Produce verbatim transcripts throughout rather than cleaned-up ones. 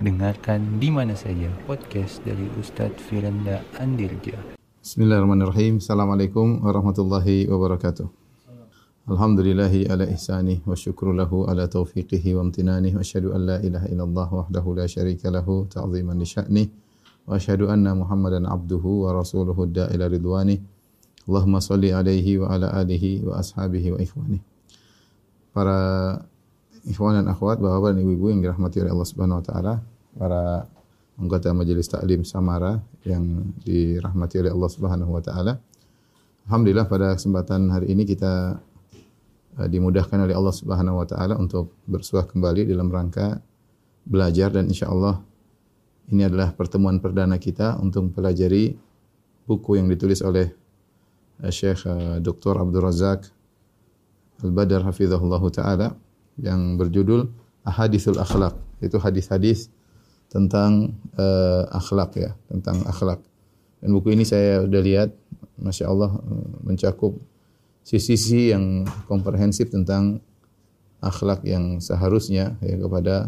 Dengarkan di mana saja podcast dari Ustadz Firanda Andirja. Bismillahirrahmanirrahim. Assalamualaikum warahmatullahi wabarakatuh. Alhamdulillahi ala ihsanih wa syukru lahu ala taufiqihi wa amtinanih wa asyhadu an la ilaha illallah wahdahu la syarika lahu ta'ziman li sya'nih wa asyhadu anna Muhammadan abduhu wa rasuluhu da'ila ridwanih. Allahumma salli alaihi wa ala alihi wa ashabihi wa ikhwanih. Para ikhwan dan akhwat, bapak dan ibu-ibu yang dirahmati oleh Allah Subhanahu wa taala, para anggota Majelis Taklim Samara yang dirahmati oleh Allah Subhanahu wa taala. Alhamdulillah pada kesempatan hari ini kita uh, dimudahkan oleh Allah Subhanahu wa taala untuk bersuah kembali dalam rangka belajar, dan insyaallah ini adalah pertemuan perdana kita untuk mempelajari buku yang ditulis oleh uh, Syekh uh, Doktor Abdul Razak Al-Badar hafizahullah taala yang berjudul Ahaditsul Akhlaq, itu hadis-hadis tentang uh, akhlak ya, tentang akhlak. Dan buku ini saya sudah lihat, Masya Allah, mencakup sisi-sisi yang komprehensif tentang akhlak yang seharusnya ya kepada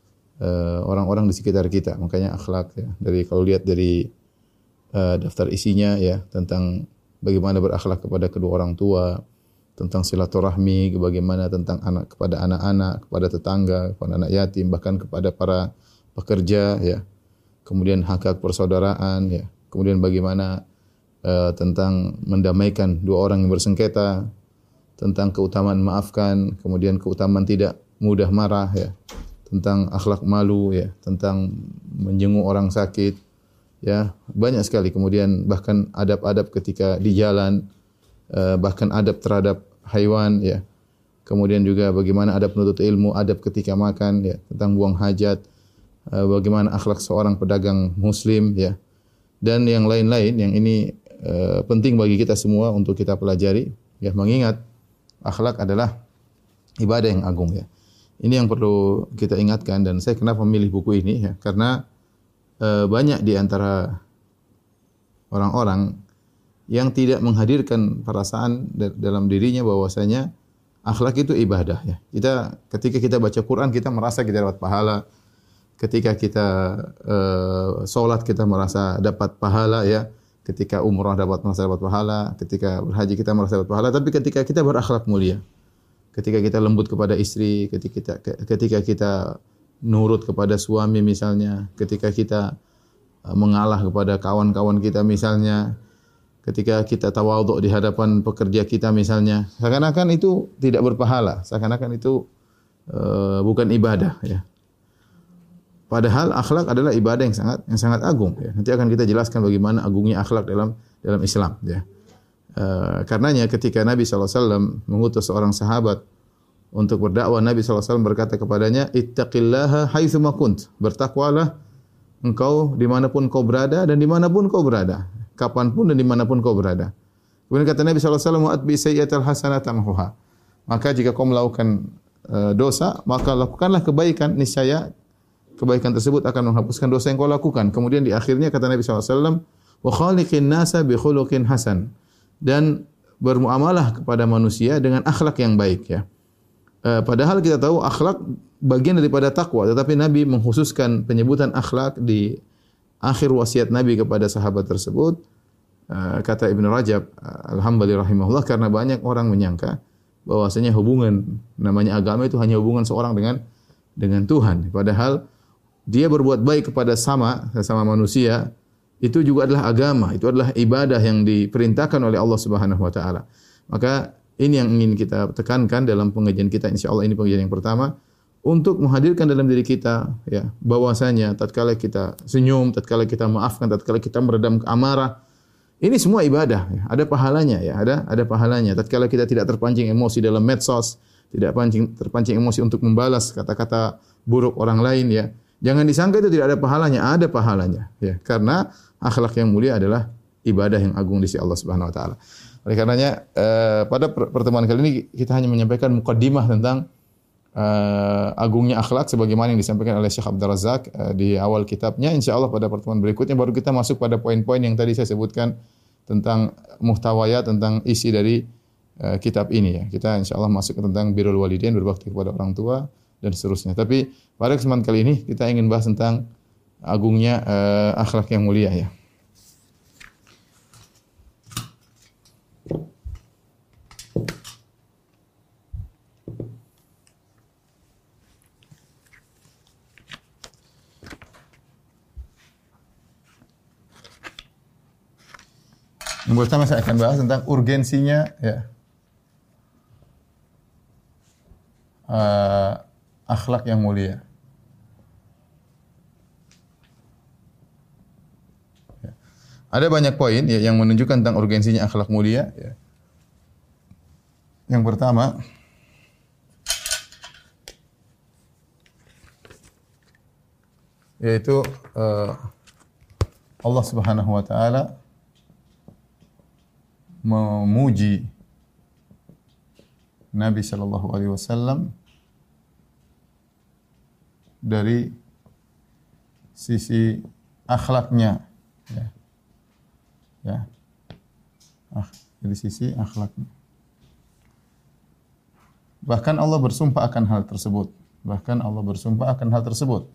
uh, orang-orang di sekitar kita. Makanya akhlak ya, dari kalau lihat dari uh, daftar isinya ya, tentang bagaimana berakhlak kepada kedua orang tua, tentang silaturahmi, bagaimana tentang anak kepada anak-anak, kepada tetangga, kepada anak yatim, bahkan kepada para pekerja ya. Kemudian hak-hak persaudaraan ya. Kemudian bagaimana uh, tentang mendamaikan dua orang yang bersengketa, tentang keutamaan maafkan, kemudian keutamaan tidak mudah marah ya. Tentang akhlak malu ya, tentang menjenguk orang sakit ya. Banyak sekali. Kemudian bahkan adab-adab ketika di jalan, uh, bahkan adab terhadap haiwan ya. Kemudian juga bagaimana adab penuntut ilmu, adab ketika makan ya, tentang buang hajat, uh, bagaimana akhlak seorang pedagang muslim ya. Dan yang lain-lain yang ini uh, penting bagi kita semua untuk kita pelajari ya, mengingat akhlak adalah ibadah yang agung ya. Ini yang perlu kita ingatkan, dan saya kenapa memilih buku ini ya, karena uh, banyak di antara orang-orang yang tidak menghadirkan perasaan dalam dirinya bahwasanya akhlak itu ibadah ya. Kita ketika kita baca Quran kita merasa kita dapat pahala. Ketika kita uh, salat kita merasa dapat pahala ya. Ketika umrah dapat merasa dapat pahala, ketika berhaji kita merasa dapat pahala, tapi ketika kita berakhlak mulia, ketika kita lembut kepada istri, ketika kita ketika kita nurut kepada suami misalnya, ketika kita uh, mengalah kepada kawan-kawan kita misalnya, ketika kita tawadhu di hadapan pekerja kita misalnya, seakan-akan itu tidak berpahala, seakan-akan itu uh, bukan ibadah ya. Padahal akhlak adalah ibadah yang sangat yang sangat agung ya. Nanti akan kita jelaskan bagaimana agungnya akhlak dalam dalam Islam ya. Uh, karenanya ketika Nabi sallallahu alaihi wasallam mengutus seorang sahabat untuk berdakwah, Nabi sallallahu alaihi wasallam berkata kepadanya, "Ittaqillaha haitsu ma kunt." Bertakwalah engkau dimanapun kau berada dan dimanapun kau berada. Kapanpun dan dimanapun kau berada. Kemudian kata Nabi sallallahu alaihi wasallam, "Wa'atbi sayyi'atal hasanata tamhuha." Maka jika kau melakukan uh, dosa, maka lakukanlah kebaikan, niscaya kebaikan tersebut akan menghapuskan dosa yang kau lakukan. Kemudian di akhirnya kata Nabi sallallahu alaihi wasallam, "Wa khaliqin nasa bi khuluqin hasan." Dan bermuamalah kepada manusia dengan akhlak yang baik ya. Uh, padahal kita tahu akhlak bagian daripada takwa, tetapi Nabi mengkhususkan penyebutan akhlak di akhir wasiat Nabi kepada sahabat tersebut. Uh, kata Ibn Rajab Al-Hambali rahimahullah, karena banyak orang menyangka bahwasanya hubungan namanya agama itu hanya hubungan seorang dengan dengan Tuhan. Padahal dia berbuat baik kepada sama sesama manusia itu juga adalah agama, itu adalah ibadah yang diperintahkan oleh Allah Subhanahu wa taala. Maka ini yang ingin kita tekankan dalam pengajian kita, insyaallah ini pengajian yang pertama, untuk menghadirkan dalam diri kita ya bahwasanya tatkala kita senyum, tatkala kita maafkan, tatkala kita meredam amarah, ini semua ibadah ya. Ada pahalanya ya, ada ada pahalanya. Tatkala kita tidak terpancing emosi dalam medsos, tidak pancing terpancing emosi untuk membalas kata-kata buruk orang lain ya. Jangan disangka itu tidak ada pahalanya, ada pahalanya ya. Karena akhlak yang mulia adalah ibadah yang agung di sisi Allah Subhanahu wa taala. Oleh karenanya eh, pada pertemuan kali ini kita hanya menyampaikan mukaddimah tentang uh, agungnya akhlak sebagaimana yang disampaikan oleh Syekh Abdul Razak uh, di awal kitabnya. Insyaallah pada pertemuan berikutnya baru kita masuk pada poin-poin yang tadi saya sebutkan tentang muhtawayat, tentang isi dari uh, kitab ini ya. Kita insyaallah masuk tentang birrul walidain, berbakti kepada orang tua, dan seterusnya. Tapi pada kesempatan kali ini kita ingin bahas tentang agungnya uh, akhlak yang mulia ya. Yang pertama saya akan bahas tentang urgensinya ya uh, akhlak yang mulia. Ya. Ada banyak poin ya yang menunjukkan tentang urgensinya akhlak mulia. Ya. Yang pertama, yaitu uh, Allah Subhanahu wa taala memuji Nabi sallallahu alaihi wasallam dari sisi akhlaknya ya. Ya. Ah, dari sisi akhlaknya. Bahkan Allah bersumpah akan hal tersebut. Bahkan Allah bersumpah akan hal tersebut.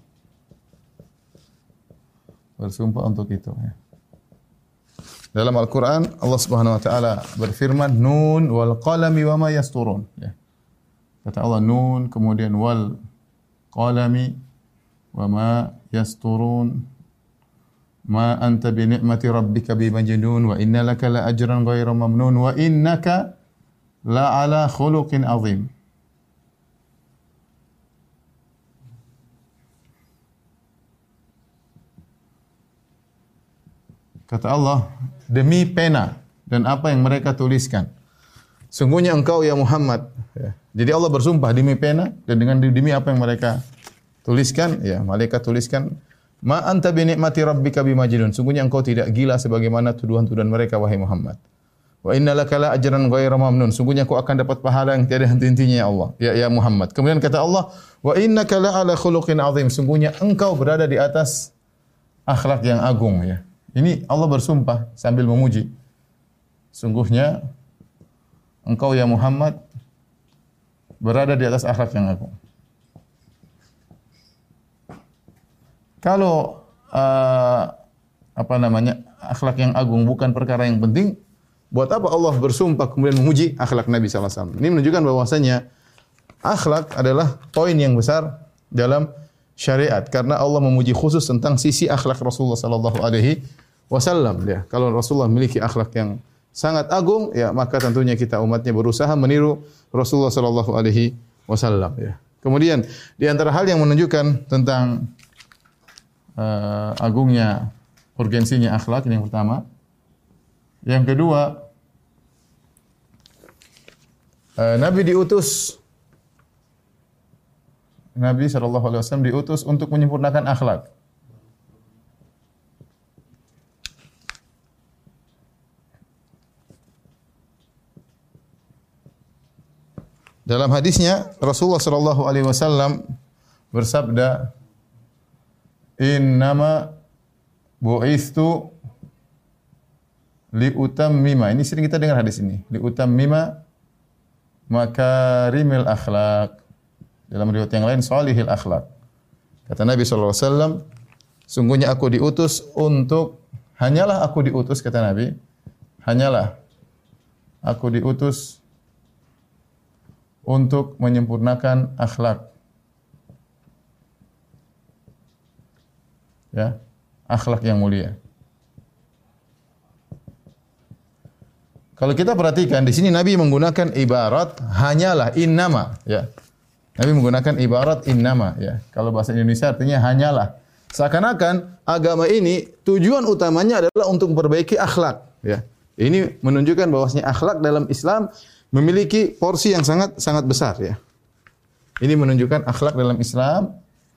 Bersumpah untuk itu ya. Dalam Al-Quran, Allah Subhanahu Wa Taala berfirman, Nun wal qalami wa ma yasturun. Ya. Kata Allah, Nun, kemudian wal qalami wa ma yasturun. Ma anta bi ni'mati rabbika bi majnun wa inna laka la ajran ghayra mamnun wa innaka la ala khuluqin azim. Kata Allah, demi pena dan apa yang mereka tuliskan. Sungguhnya engkau ya Muhammad. Ya. Jadi Allah bersumpah demi pena dan dengan demi apa yang mereka tuliskan. Ya, malaikat tuliskan, Ma anta bi ni'mati rabbika bimajnun. Sungguhnya engkau tidak gila sebagaimana tuduhan-tuduhan mereka wahai Muhammad. Wa innalaka la ajran ghairu mamnun. Sungguhnya engkau akan dapat pahala yang tiada henti-hentinya ya Allah. Ya ya Muhammad. Kemudian kata Allah, wa innaka la ala khuluqin azim. Sungguhnya engkau berada di atas akhlak yang agung ya. Ini Allah bersumpah sambil memuji. Sungguhnya engkau ya Muhammad berada di atas akhlak yang agung. Kalau uh, apa namanya akhlak yang agung bukan perkara yang penting, buat apa Allah bersumpah kemudian memuji akhlak Nabi sallallahu alaihi wasallam? Ini menunjukkan bahwasanya akhlak adalah poin yang besar dalam syariat karena Allah memuji khusus tentang sisi akhlak Rasulullah sallallahu alaihi wasallam ya. Kalau Rasulullah memiliki akhlak yang sangat agung ya, maka tentunya kita umatnya berusaha meniru Rasulullah sallallahu alaihi wasallam ya. Kemudian di antara hal yang menunjukkan tentang uh, agungnya urgensinya akhlak ini yang pertama. Yang kedua, uh, Nabi diutus Nabi sallallahu alaihi wasallam diutus untuk menyempurnakan akhlak. Dalam hadisnya Rasulullah sallallahu alaihi wasallam bersabda, "Innama bu'istu li utammima." Ini sering kita dengar hadis ini. Li utammima makarimil akhlak. Dalam riwayat yang lain salihil akhlak. Kata Nabi sallallahu alaihi wasallam, sungguhnya aku diutus untuk hanyalah aku diutus kata Nabi, hanyalah aku diutus untuk menyempurnakan akhlak. Ya, akhlak yang mulia. Kalau kita perhatikan di sini Nabi menggunakan ibarat hanyalah, innama, ya. Nabi menggunakan ibarat innama, ya. Kalau bahasa Indonesia artinya hanyalah. Seakan-akan agama ini tujuan utamanya adalah untuk memperbaiki akhlak, ya. Ini menunjukkan bahwasanya akhlak dalam Islam memiliki porsi yang sangat sangat besar ya. Ini menunjukkan akhlak dalam Islam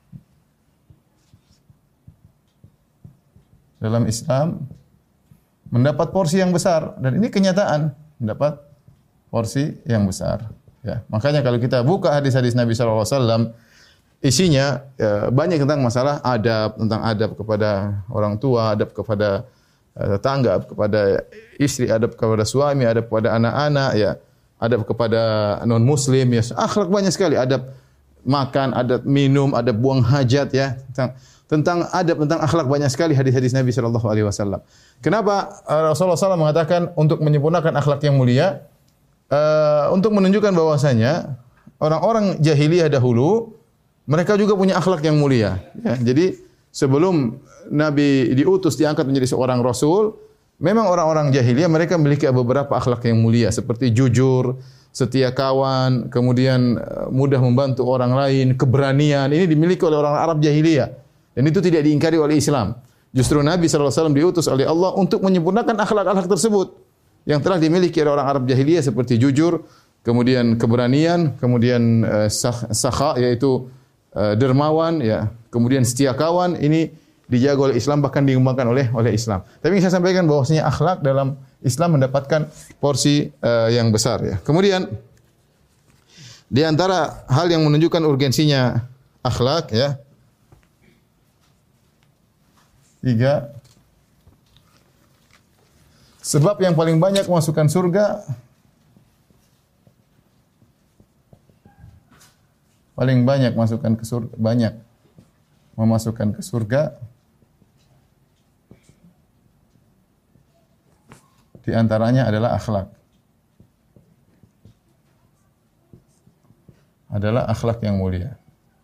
dalam Islam mendapat porsi yang besar dan ini kenyataan mendapat porsi yang besar ya. Makanya kalau kita buka hadis-hadis Nabi sallallahu alaihi wasallam isinya ya, banyak tentang masalah adab, tentang adab kepada orang tua, adab kepada uh, tetangga, kepada istri, adab kepada suami, adab kepada anak-anak ya. Adab kepada non muslim ya, akhlak banyak sekali, adab makan, adab minum, adab buang hajat ya. Tentang, tentang adab, tentang akhlak banyak sekali hadis-hadis Nabi sallallahu alaihi wasallam. Kenapa uh, Rasulullah sallallahu alaihi wasallam mengatakan untuk menyempurnakan akhlak yang mulia, uh, untuk menunjukkan bahwasanya orang-orang jahiliyah dahulu mereka juga punya akhlak yang mulia. Ya, jadi sebelum Nabi diutus diangkat menjadi seorang rasul, memang orang-orang jahiliyah mereka memiliki beberapa akhlak yang mulia seperti jujur, setia kawan, kemudian mudah membantu orang lain, keberanian. Ini dimiliki oleh orang Arab jahiliyah dan itu tidak diingkari oleh Islam. Justru Nabi sallallahu alaihi wasallam diutus oleh Allah untuk menyempurnakan akhlak-akhlak tersebut yang telah dimiliki oleh orang Arab jahiliyah seperti jujur, kemudian keberanian, kemudian uh, sakha yaitu uh, dermawan ya, kemudian setia kawan. Ini dijaga oleh Islam, bahkan dikembangkan oleh oleh Islam. Tapi saya sampaikan bahwasanya akhlak dalam Islam mendapatkan porsi uh, yang besar ya. Kemudian di antara hal yang menunjukkan urgensinya akhlak ya, tiga sebab yang paling banyak memasukkan surga, paling banyak masukkan ke surga, banyak memasukkan ke surga. Di antaranya adalah akhlak. Adalah akhlak yang mulia.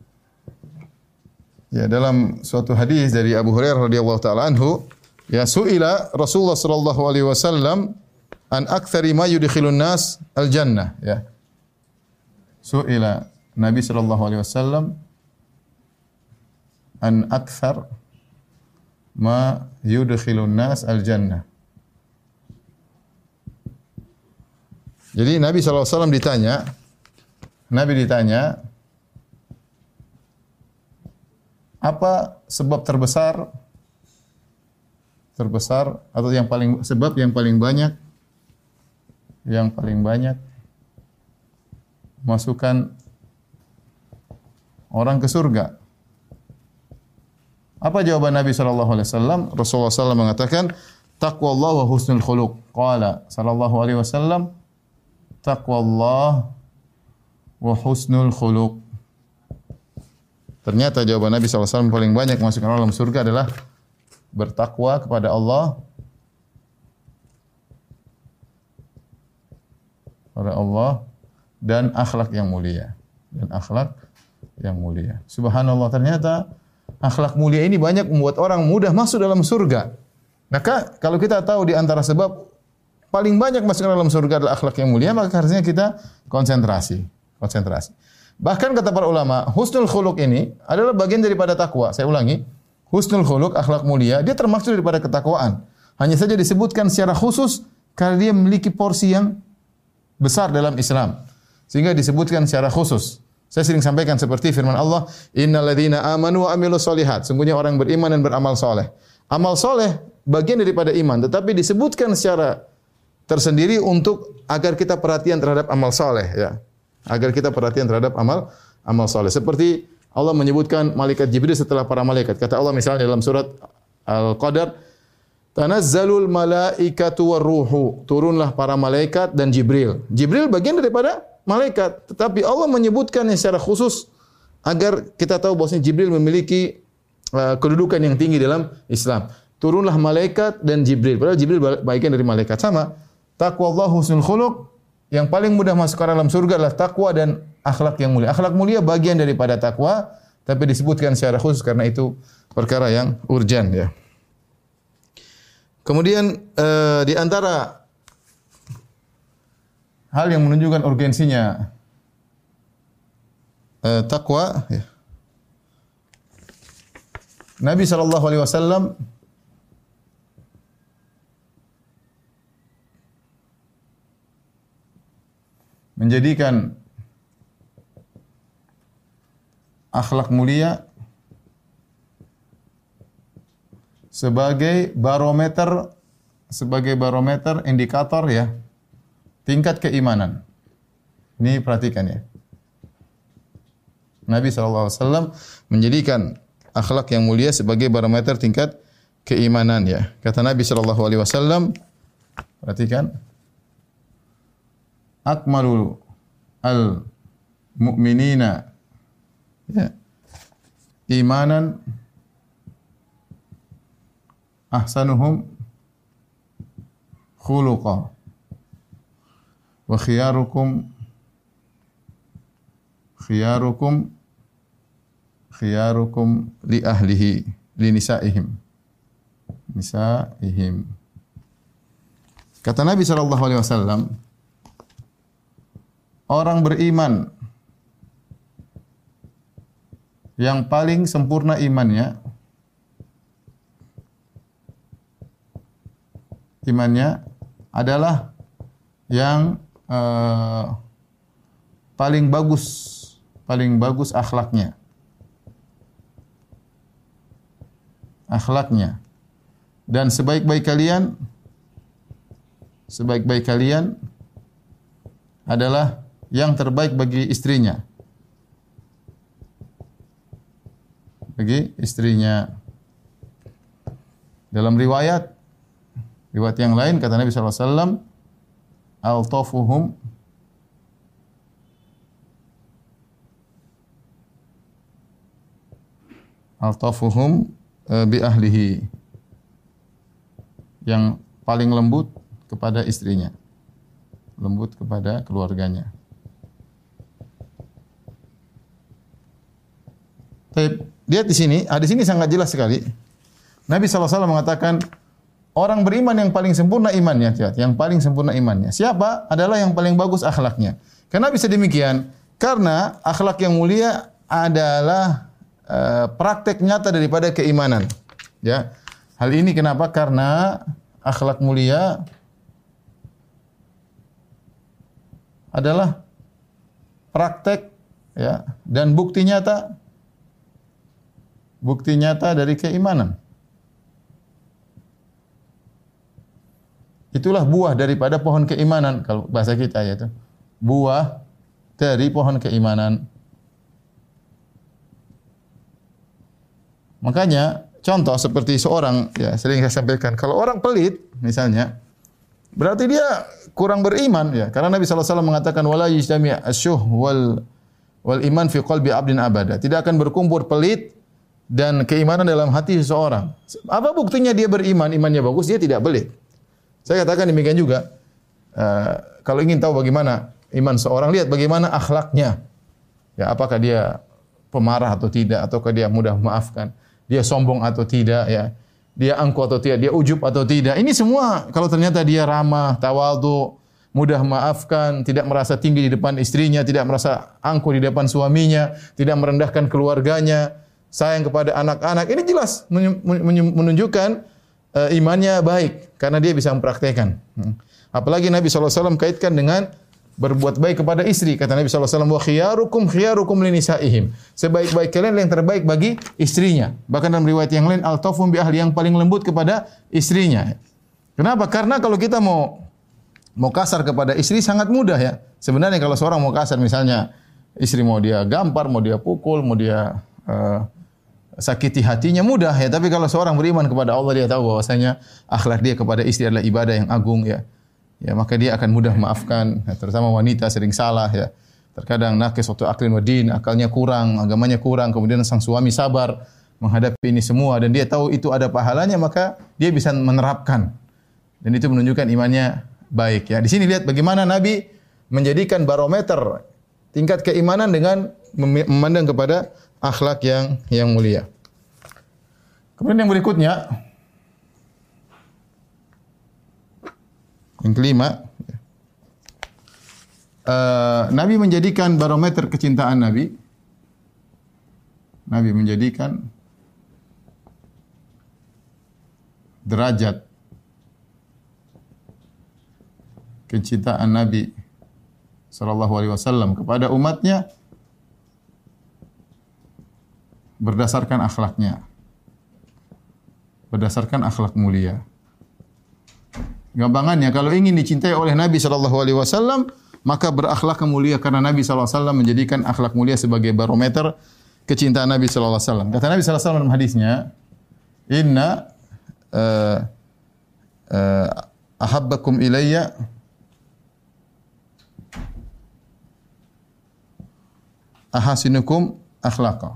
Ya, dalam suatu hadis dari Abu Hurairah radhiyallahu taala anhu, ya suila Rasulullah sallallahu alaihi wasallam an aktsari ma yudkhilun nas al jannah, ya. Suila Nabi sallallahu alaihi wasallam an aktsar ma yudkhilun nas al jannah. Jadi Nabi sallallahu alaihi wasallam ditanya, Nabi ditanya, apa sebab terbesar terbesar atau yang paling sebab yang paling banyak yang paling banyak masukkan orang ke surga? Apa jawaban Nabi sallallahu alaihi wasallam? Rasulullah sallallahu alaihi wasallam mengatakan, taqwallah wa husnul khuluq. Qala sallallahu alaihi wasallam, taqwallah wa husnul khuluq. Ternyata jawaban Nabi sallallahu alaihi wasallam paling banyak masukkan orang dalam surga adalah bertakwa kepada Allah, kepada Allah dan akhlak yang mulia, dan akhlak yang mulia. Subhanallah, ternyata akhlak mulia ini banyak membuat orang mudah masuk dalam surga. Maka kalau kita tahu di antara sebab paling banyak masuk dalam surga adalah akhlak yang mulia, maka harusnya kita konsentrasi, konsentrasi. Bahkan kata para ulama, husnul khuluq ini adalah bagian daripada takwa. Saya ulangi, husnul khuluq, akhlak mulia, dia termasuk daripada ketakwaan. Hanya saja disebutkan secara khusus karena dia memiliki porsi yang besar dalam Islam, sehingga disebutkan secara khusus. Saya sering sampaikan seperti firman Allah, innal ladzina amanu wa amilus solihat. Sungguhnya orang beriman dan beramal soleh. Amal soleh bagian daripada iman, tetapi disebutkan secara tersendiri untuk agar kita perhatian terhadap amal soleh, ya. Agar kita perhatian terhadap amal amal soleh. Seperti Allah menyebutkan malaikat Jibril setelah para malaikat. Kata Allah misalnya dalam surat Al-Qadar, tanazzalul malaikatu warruhu. Turunlah para malaikat dan Jibril. Jibril bagian daripada malaikat, tetapi Allah menyebutkannya secara khusus agar kita tahu bahwasanya Jibril memiliki uh, kedudukan yang tinggi dalam Islam. Turunlah malaikat dan Jibril. Padahal Jibril bagian dari malaikat. Sama. Taqwallahu husnul khuluq. Yang paling mudah masuk ke dalam surga adalah takwa dan akhlak yang mulia. Akhlak mulia bagian daripada takwa, tapi disebutkan secara khusus karena itu perkara yang urgen, ya. Kemudian uh, di antara hal yang menunjukkan urgensinya uh, takwa, ya. Nabi sallallahu alaihi wasallam menjadikan akhlak mulia sebagai barometer, sebagai barometer indikator, ya, tingkat keimanan. Ini perhatikan, ya. Nabi sallallahu alaihi wasallam menjadikan akhlak yang mulia sebagai barometer tingkat keimanan, ya. Kata Nabi sallallahu alaihi wasallam, perhatikan, akmalul al mu'minina ya. Imanan ahsanuhum khuluqa wa khiyarukum khiyarukum khiyarukum li ahlihi li nisaihim nisaihim. Kata Nabi sallallahu alaihi wasallam, orang beriman yang paling sempurna imannya imannya adalah yang uh, paling bagus, paling bagus akhlaknya. Akhlaknya. Dan sebaik-baik kalian sebaik-baik kalian adalah yang terbaik bagi istrinya. Bagi istrinya. Dalam riwayat riwayat yang lain kata Nabi sallallahu alaihi wasallam, altafuhum altafuhum bi ahlihi, yang paling lembut kepada istrinya, lembut kepada keluarganya. Baik, lihat di sini, ah, di sini sangat jelas sekali. Nabi sallallahu alaihi wasallam mengatakan orang beriman yang paling sempurna imannya, yang paling sempurna imannya. Siapa? Adalah yang paling bagus akhlaknya. Kenapa bisa demikian? Karena akhlak yang mulia adalah uh, praktek nyata daripada keimanan. Ya, hal ini kenapa? Karena akhlak mulia adalah praktek, ya, dan bukti nyata, bukti nyata dari keimanan. Itulah buah daripada pohon keimanan, kalau bahasa kita yaitu buah dari pohon keimanan. Makanya contoh seperti seorang, ya sering saya sampaikan, kalau orang pelit misalnya, berarti dia kurang beriman, ya. Karena Nabi sallallahu alaihi wasallam mengatakan wala yajtami' asyuh wal wal iman fi qalbi 'abdin abada. Tidak akan berkumpul pelit dan keimanan dalam hati seseorang. Apa buktinya dia beriman, imannya bagus, dia tidak pelit. Saya katakan demikian juga. Uh, kalau ingin tahu bagaimana iman seorang, lihat bagaimana akhlaknya. Ya, apakah dia pemarah atau tidak, ataukah dia mudah memaafkan, dia sombong atau tidak, ya. Dia angkuh atau tidak, dia ujub atau tidak. Ini semua kalau ternyata dia ramah, tawadhu, mudah memaafkan, tidak merasa tinggi di depan istrinya, tidak merasa angkuh di depan suaminya, tidak merendahkan keluarganya, sayang kepada anak-anak. Ini jelas menunjukkan Uh, imannya baik karena dia bisa mempraktekkan. Hmm. Apalagi Nabi sallallahu alaihi wasallam kaitkan dengan berbuat baik kepada istri. Kata Nabi sallallahu alaihi wasallam, "Wa khiyarukum khiyarukum li nisaihim." Sebaik-baik kalian yang terbaik bagi istrinya. Bahkan dalam riwayat yang lain, "Altafum bi ahli," yang paling lembut kepada istrinya. Kenapa? Karena kalau kita mau mau kasar kepada istri sangat mudah, ya. Sebenarnya kalau seorang mau kasar, misalnya istri mau dia gampar, mau dia pukul, mau dia uh, sakiti hatinya mudah, ya. Tapi kalau seorang beriman kepada Allah, dia tahu bahwasanya akhlak dia kepada istri adalah ibadah yang agung, ya. Ya, maka dia akan mudah memaafkan, ya, terutama wanita sering salah, ya. Terkadang nakis waktu aklin wa din, akalnya kurang, agamanya kurang, kemudian sang suami sabar menghadapi ini semua dan dia tahu itu ada pahalanya, maka dia bisa menerapkan. Dan itu menunjukkan imannya baik, ya. Di sini lihat bagaimana Nabi menjadikan barometer tingkat keimanan dengan memandang kepada akhlak yang yang mulia. Kemudian yang berikutnya, yang kelima, uh, Nabi menjadikan barometer kecintaan Nabi. Nabi menjadikan derajat kecintaan Nabi sallallahu alaihi wasallam kepada umatnya berdasarkan akhlaknya, berdasarkan akhlak mulia. Gampangannya, kalau ingin dicintai oleh Nabi sallallahu alaihi wasallam, maka berakhlak mulia, karena Nabi sallallahu alaihi wasallam menjadikan akhlak mulia sebagai barometer kecintaan Nabi sallallahu alaihi wasallam. Kata Nabi sallallahu alaihi wasallam dalam hadisnya, "Inna uh, uh, ahabbakum ilayya ahasinukum akhlaqa.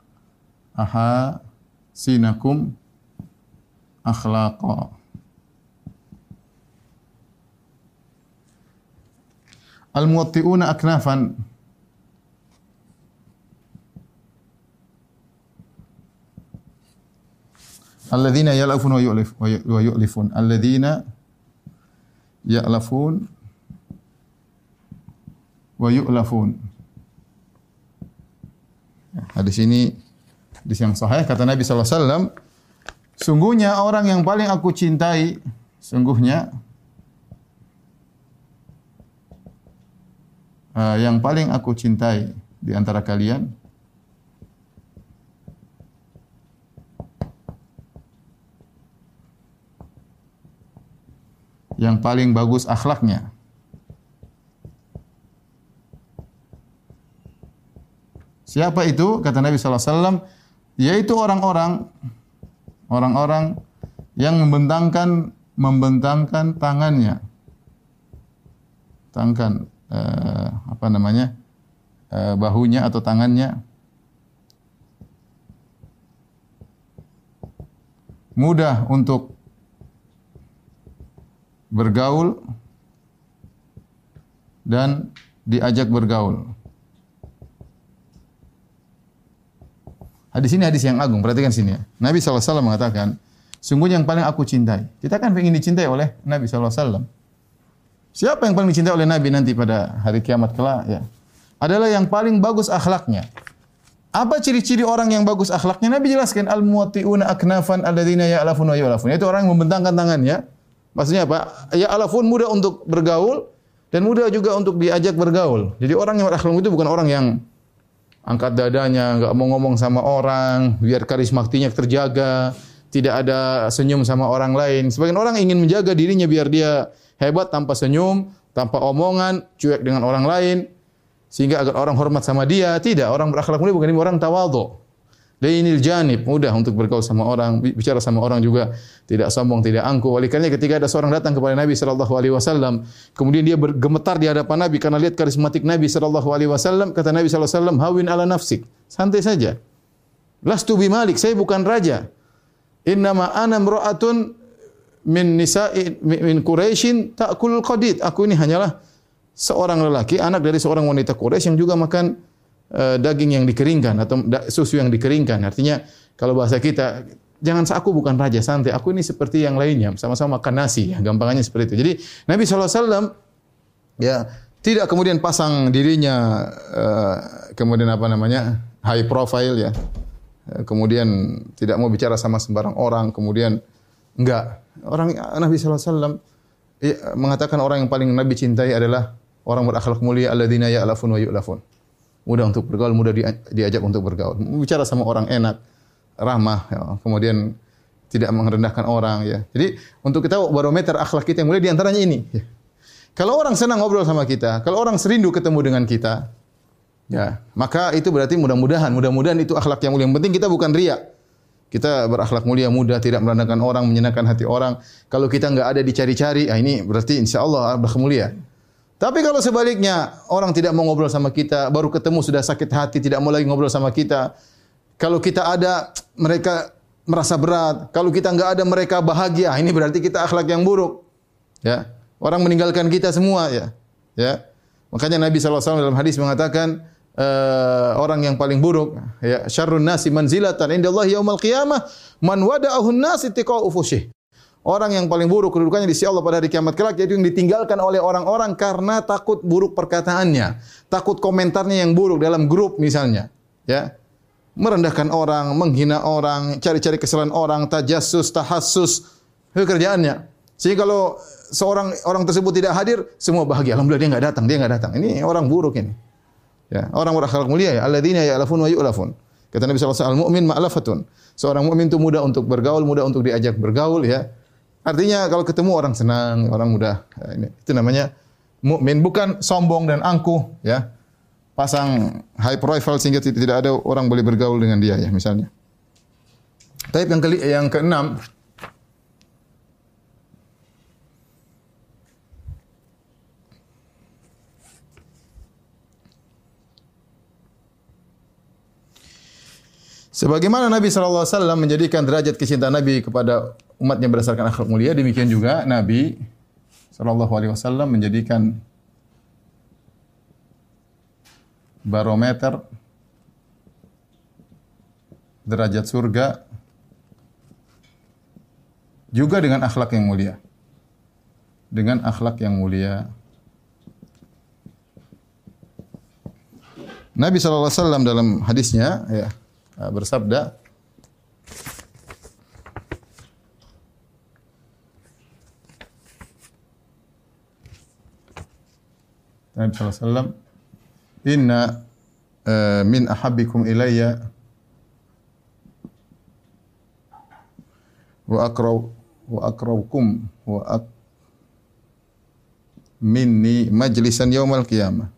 Ahasinakum akhlaqa. Al-muwatti'una aknafan. Alladzina ya'lafun wa yu'lif wa yu'lifun. Alladzina ya'lafun wa yu'lafun. Hadis ini hadis yang sahih, kata Nabi sallallahu alaihi wasallam, sungguhnya orang yang paling aku cintai, sungguhnya uh, yang paling aku cintai di antara kalian yang paling bagus akhlaknya. Siapa itu? Kata Nabi sallallahu alaihi wasallam, yaitu orang-orang orang-orang yang membentangkan membentangkan tangannya. Tangan eh, apa namanya? Eh, bahunya atau tangannya mudah untuk bergaul dan diajak bergaul. Hadis ini hadis yang agung, perhatikan sini ya. Nabi sallallahu alaihi wasallam mengatakan, sungguhnya yang paling aku cintai. Kita kan ingin dicintai oleh Nabi sallallahu alaihi wasallam. Siapa yang paling dicintai oleh Nabi nanti pada hari kiamat kelak ya? Adalah yang paling bagus akhlaknya. Apa ciri-ciri orang yang bagus akhlaknya? Nabi jelaskan, al-muwatti'una aknafan alladzina ya'lafun wa yu'lafun. Itu orang yang membentangkan tangannya. Maksudnya apa? Ya'lafun, mudah untuk bergaul dan mudah juga untuk diajak bergaul. Jadi orang yang berakhlak itu bukan orang yang angkat dadanya, enggak mau ngomong sama orang, biar karismatiknya terjaga, tidak ada senyum sama orang lain. Sebagian orang ingin menjaga dirinya biar dia hebat tanpa senyum, tanpa omongan, cuek dengan orang lain, sehingga agar orang hormat sama dia. Tidak, orang berakhlak mulia bukan ini, orang tawadhu. Lainil janib, mudah untuk bergaul sama orang, bicara sama orang juga tidak sombong, tidak angkuh. Oleh karena ketika ada seorang datang kepada Nabi sallallahu alaihi wasallam, kemudian dia bergemetar di hadapan Nabi karena lihat karismatik Nabi sallallahu alaihi wasallam, kata Nabi sallallahu alaihi wasallam, "Hawin ala nafsik." Santai saja. Lastu bimalik, saya bukan raja. Innama ana imra'atun min nisa'i min Quraisyin ta'kulul qadid. Aku ini hanyalah seorang lelaki, anak dari seorang wanita Quraisy yang juga makan Uh, daging yang dikeringkan atau susu yang dikeringkan. Artinya kalau bahasa kita, jangan aku bukan raja, santai. Aku ini seperti yang lainnya, sama-sama makan nasi. Ya, gampangannya seperti itu. Jadi Nabi sallallahu alaihi wasallam ya tidak kemudian pasang dirinya uh, kemudian apa namanya high profile ya. Uh, kemudian tidak mau bicara sama sembarang orang. Kemudian enggak. Orang Nabi sallallahu alaihi wasallam ya, mengatakan orang yang paling Nabi cintai adalah orang berakhlak mulia, alladzina ya'lafun wa yu'lafun. Mudah untuk bergaul, mudah diajak untuk bergaul. Bicara sama orang enak, ramah, ya. Kemudian tidak merendahkan orang. Ya. Jadi untuk kita barometer akhlak kita yang mulia diantaranya ini. Ya. Kalau orang senang ngobrol sama kita, kalau orang serindu ketemu dengan kita, ya maka itu berarti mudah-mudahan, mudah-mudahan itu akhlak yang mulia. Yang penting kita bukan riya. Kita berakhlak mulia, mudah, tidak merendahkan orang, menyenangkan hati orang. Kalau kita enggak ada dicari-cari, ah ini berarti insya Allah akhlak mulia. Tapi kalau sebaliknya, orang tidak mau ngobrol sama kita, baru ketemu sudah sakit hati, tidak mau lagi ngobrol sama kita. Kalau kita ada, mereka merasa berat. Kalau kita enggak ada, mereka bahagia. Ini berarti kita akhlak yang buruk. Ya, orang meninggalkan kita semua. Ya, ya. Makanya Nabi sallallahu alaihi wasallam dalam hadis mengatakan, uh, orang yang paling buruk, ya, syarrun nasi manzilatan indallahi yaumil qiyamah man wada'ahu an-nas ittiqa'u fusyih. Orang yang paling buruk kedudukannya di sisi Allah pada hari kiamat kelak yaitu yang ditinggalkan oleh orang-orang karena takut buruk perkataannya, takut komentarnya yang buruk dalam grup misalnya, ya. Merendahkan orang, menghina orang, cari-cari kesalahan orang, tajassus, tahassus, itu kerjaannya. Sehingga kalau seorang orang tersebut tidak hadir, semua bahagia. Alhamdulillah dia enggak datang, dia enggak datang. Ini orang buruk ini. Ya, orang berakhlak mulia ya, alladzina ya'lafun wa yu'lafun. Kata Nabi sallallahu alaihi wasallam, al-mu'min ma'lafatun. Seorang mukmin itu mudah untuk bergaul, mudah untuk diajak bergaul ya. Artinya kalau ketemu orang senang, orang mudah. Ini itu namanya mukmin, bukan sombong dan angkuh ya. Pasang high profile sehingga tidak ada orang boleh bergaul dengan dia ya misalnya. Tapi yang ke yang keenam, Sebagaimana Nabi sallallahu alaihi wasallam menjadikan derajat kecintaan Nabi kepada umatnya berdasarkan akhlak mulia, demikian juga Nabi sallallahu alaihi wasallam menjadikan barometer derajat surga juga dengan akhlak yang mulia. Dengan akhlak yang mulia. Nabi sallallahu alaihi wasallam dalam hadisnya ya bersabda, Nabi sallallahu alaihi wasallam, "Inna uh, min ahabbikum ilayya wa aqrab wa aqrabukum wa ak minni majlisan yaumal qiyamah."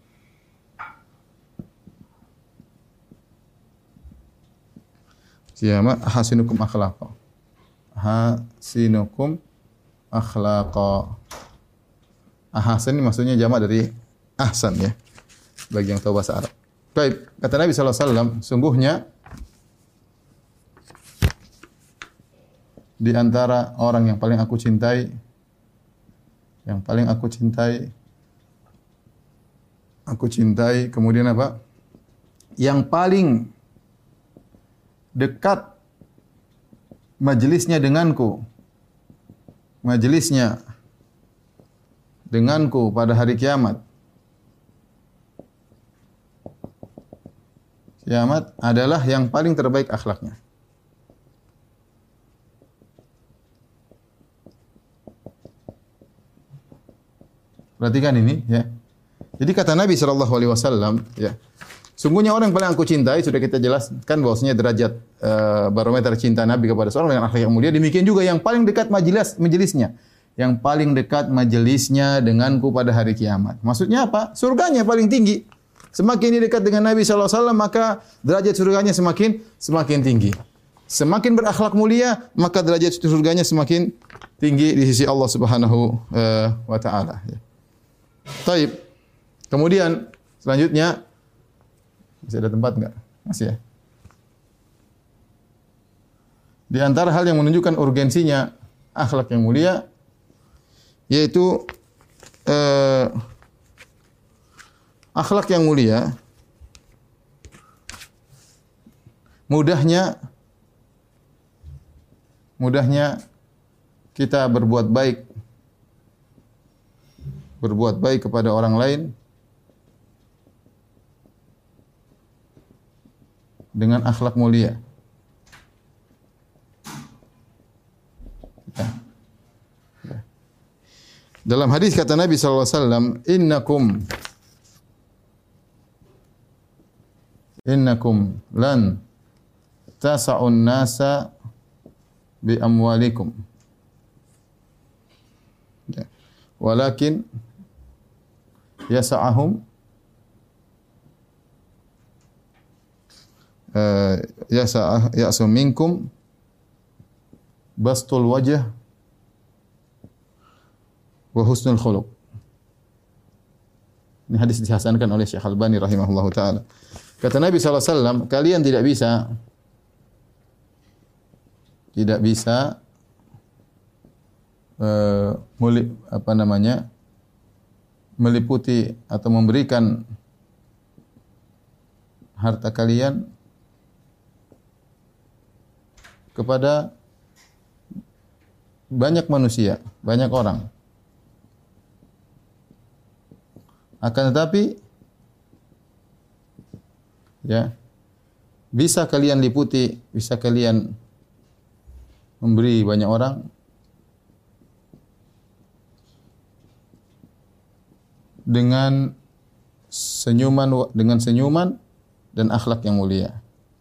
Qiyamah ahasinukum akhlaqa. Ahasinukum akhlaqa. Ahsan ini maksudnya jamak dari ahsan ya. Bagi yang tahu bahasa Arab. Baik, kata Nabi sallallahu alaihi wasallam, sungguhnya di antara orang yang paling aku cintai, yang paling aku cintai, aku cintai, kemudian apa? Yang paling dekat majelisnya denganku, majelisnya denganku pada hari kiamat. Kiamat adalah yang paling terbaik akhlaknya. Perhatikan ini ya. Jadi kata Nabi sallallahu alaihi wasallam ya, sungguhnya orang yang paling aku cintai, sudah kita jelaskan bahwasanya derajat uh, barometer cinta Nabi kepada seorang dengan akhlak yang mulia, demikian juga yang paling dekat majelis majelisnya, yang paling dekat majelisnya denganku pada hari kiamat. Maksudnya apa? Surganya paling tinggi. Semakin dia dekat dengan Nabi sallallahu alaihi wasallam, maka derajat surganya semakin semakin tinggi. Semakin berakhlak mulia, maka derajat surganya semakin tinggi di sisi Allah Subhanahu uh, wa taala. Taib. Kemudian selanjutnya, masih ada tempat enggak? Masih ya. Di antara hal yang menunjukkan urgensinya akhlak yang mulia yaitu eh, akhlak yang mulia mudahnya mudahnya kita berbuat baik berbuat baik kepada orang lain dengan akhlak mulia. Ya. Ya. Dalam hadis kata Nabi sallallahu alaihi wasallam, "Innakum innakum lan tas'un nasa bi amwalikum." Ya. Walakin yas'ahum Uh, yasa ya'sum minkum bastul wajh wa husnul khuluq. Ini hadis dihasankan oleh Syekh Al-Albani rahimahullahu taala. Kata Nabi sallallahu alaihi wasallam, kalian tidak bisa tidak bisa uh, muli, apa namanya meliputi atau memberikan harta kalian kepada banyak manusia, banyak orang. Akan tetapi ya, bisa kalian liputi, bisa kalian memberi banyak orang dengan senyuman dengan senyuman dan akhlak yang mulia.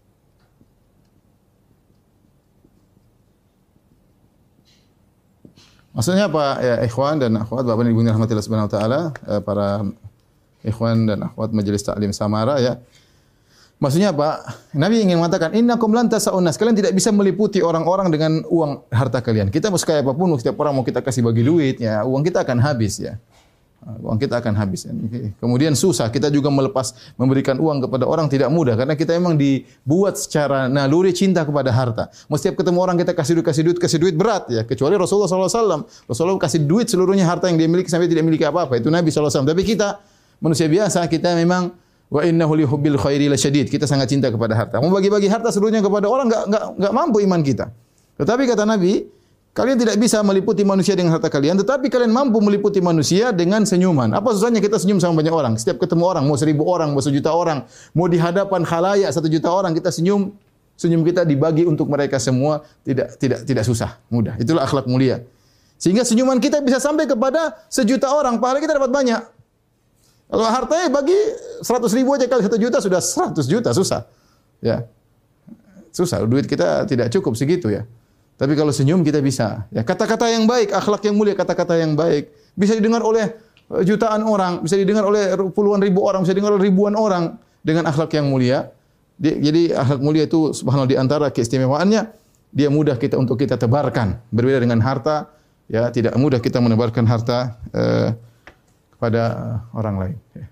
Maksudnya apa ya ikhwan dan akhwat, Bapak dan Ibu yang dirahmati Allah Subhanahu wa taala, para ikhwan dan akhwat majelis taklim Samara ya. Maksudnya apa? Nabi ingin mengatakan innakum lan tas'un nas, kalian tidak bisa meliputi orang-orang dengan uang harta kalian. Kita mau sekaya apapun, setiap orang mau kita kasih bagi duit ya, uang kita akan habis ya. uang kita akan habis. Kemudian susah, kita juga melepas memberikan uang kepada orang tidak mudah karena kita memang dibuat secara naluri cinta kepada harta. Mau setiap ketemu orang kita kasih duit, kasih duit, kasih duit berat ya. Kecuali Rasulullah sallallahu alaihi wasallam. Rasulullah kasih duit seluruhnya harta yang dia miliki sampai tidak miliki apa-apa. Itu Nabi sallallahu alaihi wasallam. Tapi kita manusia biasa, kita memang wa innahu li hubbil khairi lasyadid. Kita sangat cinta kepada harta. Mau bagi-bagi harta seluruhnya kepada orang enggak enggak enggak mampu iman kita. Tetapi kata Nabi, kalian tidak bisa meliputi manusia dengan harta kalian, tetapi kalian mampu meliputi manusia dengan senyuman. Apa susahnya kita senyum sama banyak orang? Setiap ketemu orang, mau seribu orang, mau sejuta orang, mau di hadapan khalayak satu juta orang, kita senyum. Senyum kita dibagi untuk mereka semua, tidak tidak tidak susah, mudah. Itulah akhlak mulia. Sehingga senyuman kita bisa sampai kepada sejuta orang, pahala kita dapat banyak. Kalau hartanya bagi seratus ribu aja kali satu juta sudah seratus juta, susah. Ya. Susah, duit kita tidak cukup segitu ya. Tapi kalau senyum kita bisa. Ya, kata-kata yang baik, akhlak yang mulia, kata-kata yang baik bisa didengar oleh jutaan orang, bisa didengar oleh puluhan ribu orang, bisa didengar oleh ribuan orang dengan akhlak yang mulia. Jadi akhlak mulia itu subhanallah di antara keistimewaannya, dia mudah kita untuk kita tebarkan. Berbeda dengan harta, ya tidak mudah kita menebarkan harta eh, kepada orang lain. Ya.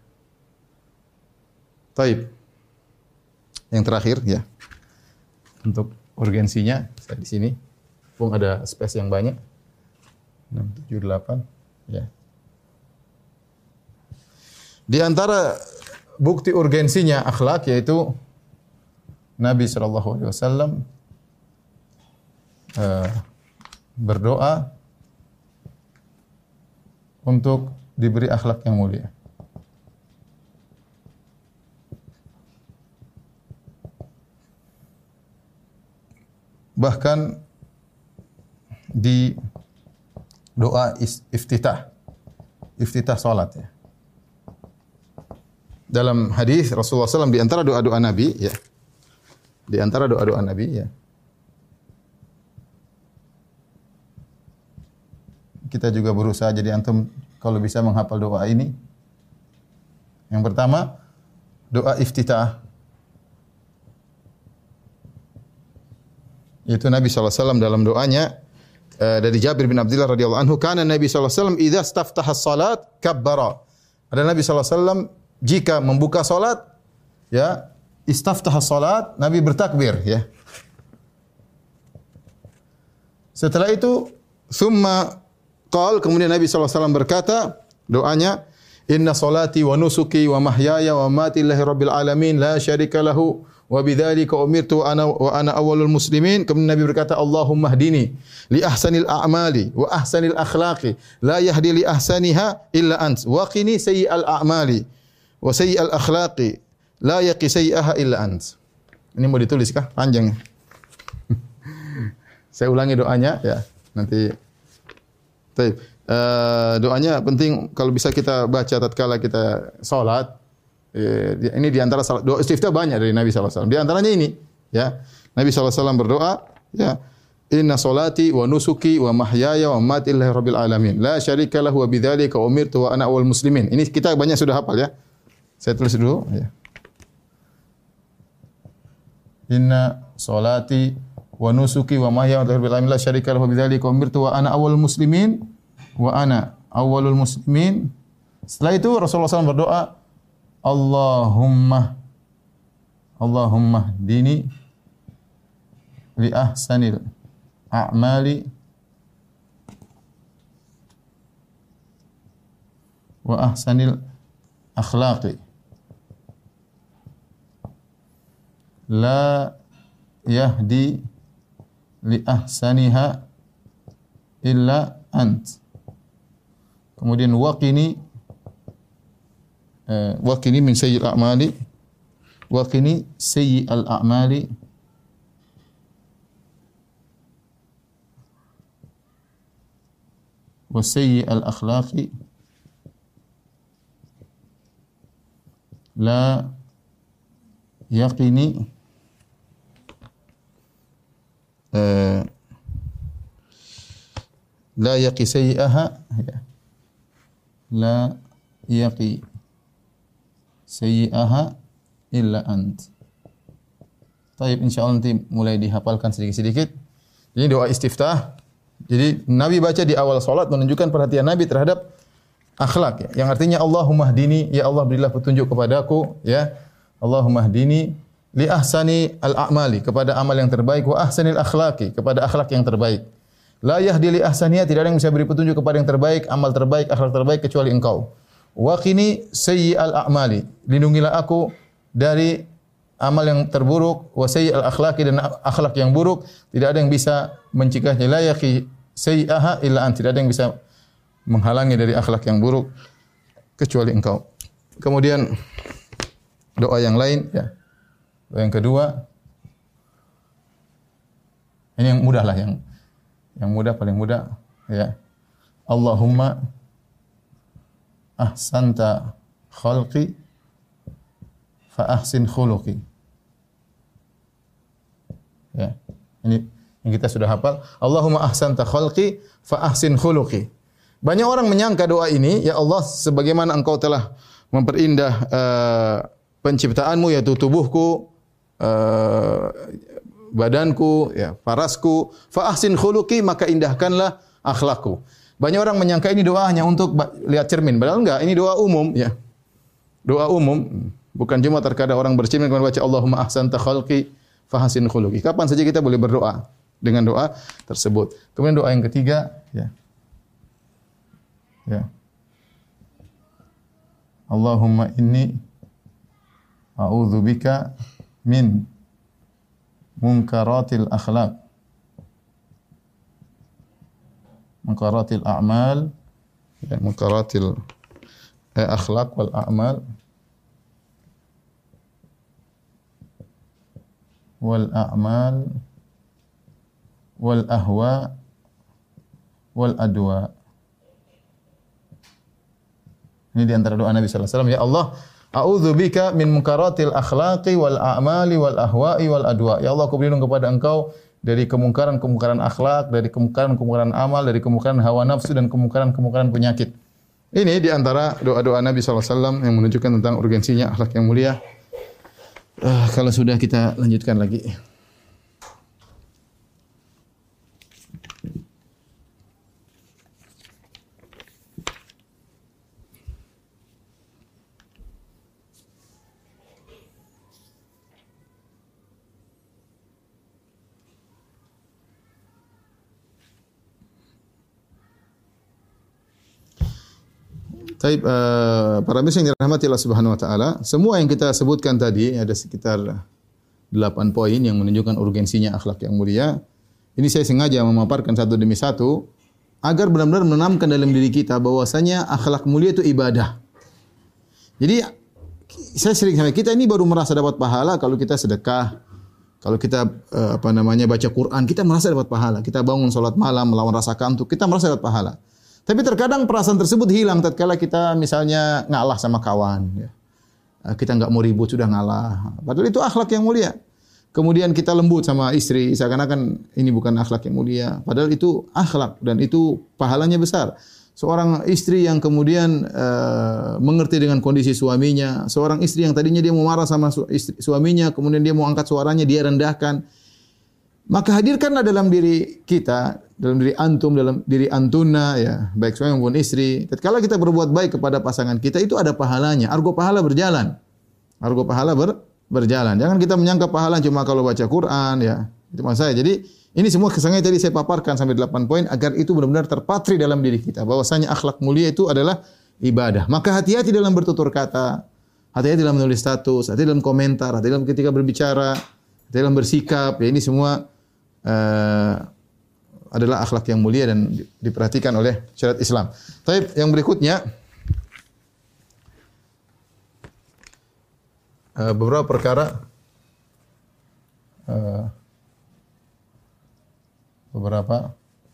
Taib. Yang terakhir ya. Untuk urgensinya saya di sini. Pun ada space yang banyak. enam, tujuh, delapan. Ya. Di antara bukti urgensinya akhlak yaitu Nabi sallallahu alaihi wasallam uh, berdoa untuk diberi akhlak yang mulia. Bahkan di doa iftitah, iftitah salat ya. Dalam hadis Rasulullah sallallahu alaihi wasallam di antara doa-doa Nabi ya. Di antara doa-doa Nabi ya. Kita juga berusaha jadi antum kalau bisa menghafal doa ini. Yang pertama, doa iftitah. Yaitu Nabi sallallahu alaihi wasallam dalam doanya uh, dari Jabir bin Abdullah radhiyallahu anhu, kana Nabi sallallahu alaihi wasallam idza istaftaha as-salat kabbara. Ada Nabi sallallahu alaihi wasallam jika membuka salat ya, istaftaha as-salat, Nabi bertakbir ya. Setelah itu thumma qal, kemudian Nabi sallallahu alaihi wasallam berkata doanya, inna salati wa nusuki wa mahyaya wa mamati lillahi rabbil alamin la syarika lahu wa bidzalika umirtu ana wa ana awwalul muslimin. Kemudian Nabi berkata, Allahumma hdini li ahsanil a'mali wa ahsanil akhlaqi la yahdi li ahsaniha illa ant wa qini sayyi'al a'mali wa sayyi'al akhlaqi la yaqi sayyi'aha illa ant. Ini mau ditulis kah? Panjang. Saya ulangi doanya ya. Nanti Baik. Uh, doanya penting kalau bisa kita baca tatkala kita salat. Eh, ini di antara salat, doa istiftah banyak dari Nabi sallallahu alaihi wasallam. Di antaranya ini, ya. Nabi sallallahu alaihi wasallam berdoa, ya. Inna salati wa nusuki wa mahyaya wa mamati lillahi rabbil alamin. La syarika lahu wa bidzalika umirtu wa ana awwal muslimin. Ini kita banyak sudah hafal ya. Saya tulis dulu, ya. Inna salati wa nusuki wa mahyaya wa rabbil alamin la syarika lahu wa bidzalika umirtu wa ana awwal muslimin wa ana awwalul muslimin. Setelah itu Rasulullah sallallahu alaihi wasallam berdoa, Allahumma Allahumma dini li ahsanil a'mali wa ahsanil akhlaqi la yahdi li ahsaniha illa ant. Kemudian waqini uh, waqini min sayyi'il a'mali waqini sayyi'al a'mali wa sayyi'al akhlaqi la yaqini uh, la yaqi sayyi'aha ya. La yaqi sayyi'aha illa ant. Baik, insyaallah nanti mulai dihafalkan sedikit-sedikit. Ini doa istiftah. Jadi Nabi baca di awal salat menunjukkan perhatian Nabi terhadap akhlak ya. Yang artinya Allahumma hdini, ya Allah berilah petunjuk kepadaku ya. Allahumma hdini li ahsani al-a'mali, kepada amal yang terbaik, wa ahsanil akhlaqi, kepada akhlak yang terbaik. La yahdi li ahsaniya, tidak ada yang bisa beri petunjuk kepada yang terbaik, amal terbaik, akhlak terbaik kecuali Engkau. Wa qini sayyi'al a'mali, lindungilah aku dari amal yang terburuk, wa sayyi'al akhlaqi, dan akhlak yang buruk, tidak ada yang bisa mencegahnya. La yaqi sayyi'aha illa ant, tidak ada yang bisa menghalangi dari akhlak yang buruk kecuali Engkau. Kemudian doa yang lain ya. Doa yang kedua, ini yang mudah lah, yang yang mudah, paling mudah ya. Allahumma ahsanta khalqi fa ahsin khuluqi. Ya. Ini yang kita sudah hafal. Allahumma ahsanta khalqi fa ahsin khuluqi. Banyak orang menyangka doa ini, ya Allah, sebagaimana Engkau telah memperindah uh, penciptaanmu, yaitu tubuhku, uh, badanku, ya, farasku, fa ahsin khuluqi, maka indahkanlah akhlakku. Banyak orang menyangka ini doa hanya untuk lihat cermin, padahal enggak, ini doa umum ya. Doa umum, bukan cuma terkadang orang bercermin kemudian baca Allahumma ahsanta khalqi fa ahsin khuluqi. Kapan saja kita boleh berdoa dengan doa tersebut. Kemudian doa yang ketiga ya. Ya. Allahumma inni a'udzubika min munkaratil akhlaq, munkaratil a'mal, ya, munkaratil eh, akhlaq wal a'mal wal a'mal wal ahwa wal adwa. Ini di antara doa Nabi sallallahu alaihi wasallam, ya Allah, a'udzubika min munkaratil akhlaqi wal a'mali wal ahwa'i wal adwa. Ya Allah, aku berlindung kepada Engkau dari kemungkaran-kemungkaran akhlak, dari kemungkaran-kemungkaran amal, dari kemungkaran hawa nafsu dan kemungkaran-kemungkaran penyakit. Ini di antara doa-doa Nabi sallallahu alaihi wasallam yang menunjukkan tentang urgensinya akhlak yang mulia. Uh, kalau sudah, kita lanjutkan lagi. Taib, uh, para muslim yang dirahmati Allah Subhanahu wa taala, semua yang kita sebutkan tadi ada sekitar delapan poin yang menunjukkan urgensinya akhlak yang mulia. Ini saya sengaja memaparkan satu demi satu agar benar-benar menanamkan dalam diri kita bahwasanya akhlak mulia itu ibadah. Jadi saya sering sampai kita ini baru merasa dapat pahala kalau kita sedekah, kalau kita uh, apa namanya baca Quran, kita merasa dapat pahala. Kita bangun salat malam melawan rasa kantuk, kita merasa dapat pahala. Tapi terkadang perasaan tersebut hilang tatkala kita misalnya ngalah sama kawan. Ya. Kita nggak mau ribut, sudah ngalah. Padahal itu akhlak yang mulia. Kemudian kita lembut sama istri, seakan-akan ini bukan akhlak yang mulia. Padahal itu akhlak dan itu pahalanya besar. Seorang istri yang kemudian uh, mengerti dengan kondisi suaminya. Seorang istri yang tadinya dia mau marah sama su istri, suaminya, kemudian dia mau angkat suaranya, dia rendahkan. Maka hadirkanlah dalam diri kita, dalam diri antum, dalam diri antuna, ya, baik suami maupun istri. Tatkala kita berbuat baik kepada pasangan kita, itu ada pahalanya. Argo pahala berjalan. Argo pahala ber, berjalan. Jangan kita menyangka pahala cuma kalau baca Quran, ya. Itu maksud saya. Jadi ini semua kesengaja tadi saya paparkan sampai delapan poin agar itu benar-benar terpatri dalam diri kita. Bahwasanya akhlak mulia itu adalah ibadah. Maka hati-hati dalam bertutur kata, hati-hati dalam menulis status, hati-hati dalam komentar, hati-hati dalam ketika berbicara, hati-hati dalam bersikap. Ya, ini semua Uh, adalah akhlak yang mulia dan di, diperhatikan oleh syariat Islam. Tapi yang berikutnya uh, beberapa perkara uh, beberapa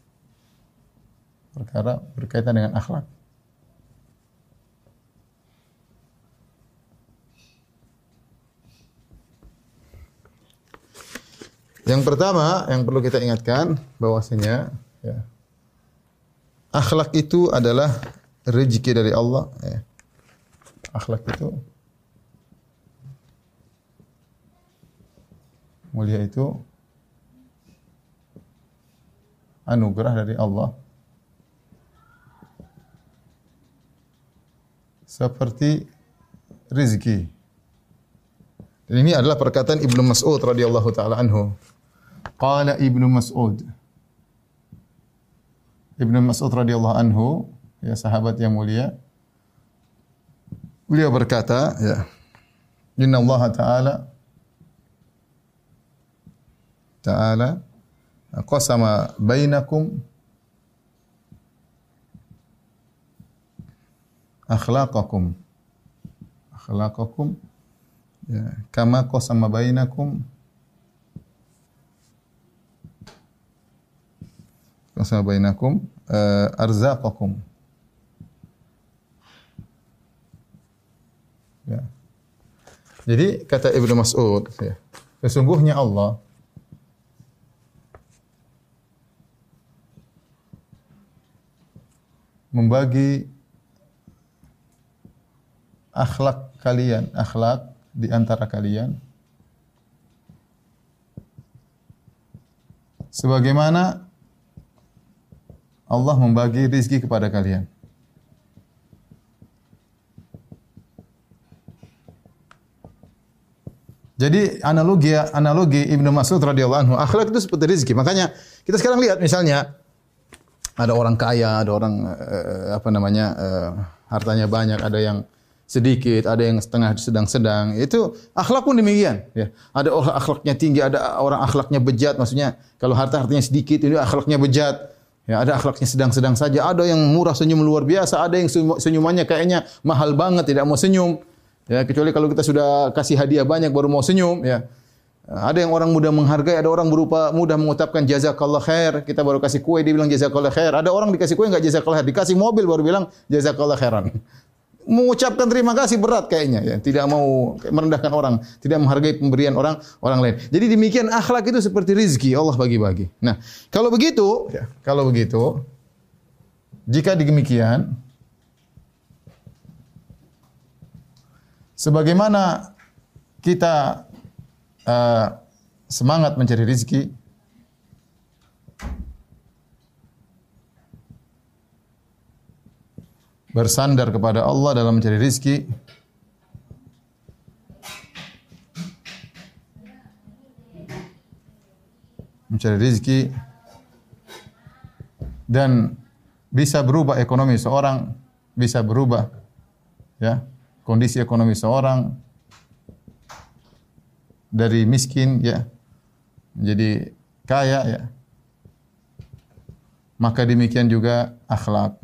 perkara berkaitan dengan akhlak. Yang pertama yang perlu kita ingatkan bahwasanya ya, akhlak itu adalah rezeki dari Allah. Ya. Akhlak itu mulia, itu anugerah dari Allah. seperti rizki. Dan ini adalah perkataan Ibnu Mas'ud radhiyallahu taala anhu. Qala Ibnu Mas'ud. Ibnu Mas'ud radhiyallahu anhu, ya sahabat yang mulia. Beliau berkata, ya. Inna Allah Ta'ala Ta'ala qasama bainakum akhlaqakum akhlaqakum ya kama qasama bainakum qasama bainakum uh, arzaqakum ya. Jadi kata Ibnu Mas'ud ya, sesungguhnya Allah membagi akhlak kalian, akhlak di antara kalian sebagaimana Allah membagi rizki kepada kalian. Jadi analogi analogi Ibnu Mas'ud radhiyallahu anhu, akhlak itu seperti rizki. Makanya kita sekarang lihat misalnya ada orang kaya, ada orang uh, apa namanya uh, hartanya banyak, ada yang sedikit, ada yang setengah sedang-sedang. Itu akhlak pun demikian. Ya. Ada orang akhlaknya tinggi, ada orang akhlaknya bejat. Maksudnya kalau harta hartanya sedikit, ini akhlaknya bejat. Ya, ada akhlaknya sedang-sedang saja. Ada yang murah senyum luar biasa, ada yang senyumannya kayaknya mahal banget, tidak mau senyum. Ya, kecuali kalau kita sudah kasih hadiah banyak baru mau senyum. Ya. Ada yang orang mudah menghargai, ada orang berupa mudah mengucapkan jazakallah khair. Kita baru kasih kue, dia bilang jazakallah khair. Ada orang dikasih kue enggak jazakallah khair, dikasih mobil baru bilang jazakallah khairan. Mengucapkan terima kasih berat kayaknya, ya. Tidak mau merendahkan orang, tidak menghargai pemberian orang orang lain. Jadi demikian akhlak itu seperti rizki Allah bagi-bagi. Nah, kalau begitu, ya, kalau begitu, jika demikian, sebagaimana kita uh, semangat mencari rizki, bersandar kepada Allah dalam mencari rizki, mencari rizki, dan bisa berubah ekonomi seorang, bisa berubah ya kondisi ekonomi seorang dari miskin ya menjadi kaya ya. Maka demikian juga akhlak.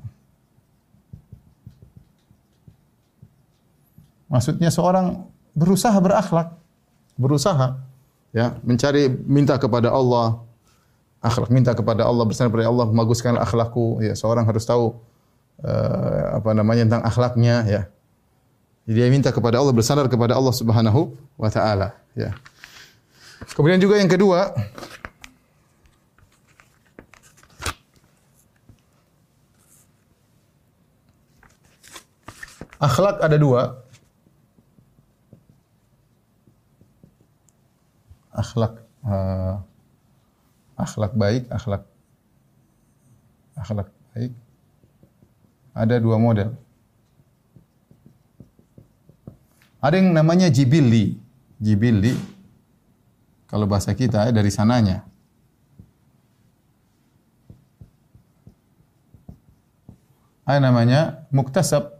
Maksudnya seorang berusaha berakhlak, berusaha ya, mencari minta kepada Allah, akhlak minta kepada Allah, bersandar kepada Allah, membaguskan akhlakku ya. Seorang harus tahu uh, apa namanya tentang akhlaknya ya. Jadi dia minta kepada Allah, bersandar kepada Allah Subhanahu wa taala ya. Kemudian juga yang kedua, akhlak ada dua. Akhlak uh, akhlak baik, akhlak akhlak baik. Ada dua model. Ada yang namanya jibilli. Jibilli kalau bahasa kita ya, dari sananya. Ada namanya muktasab.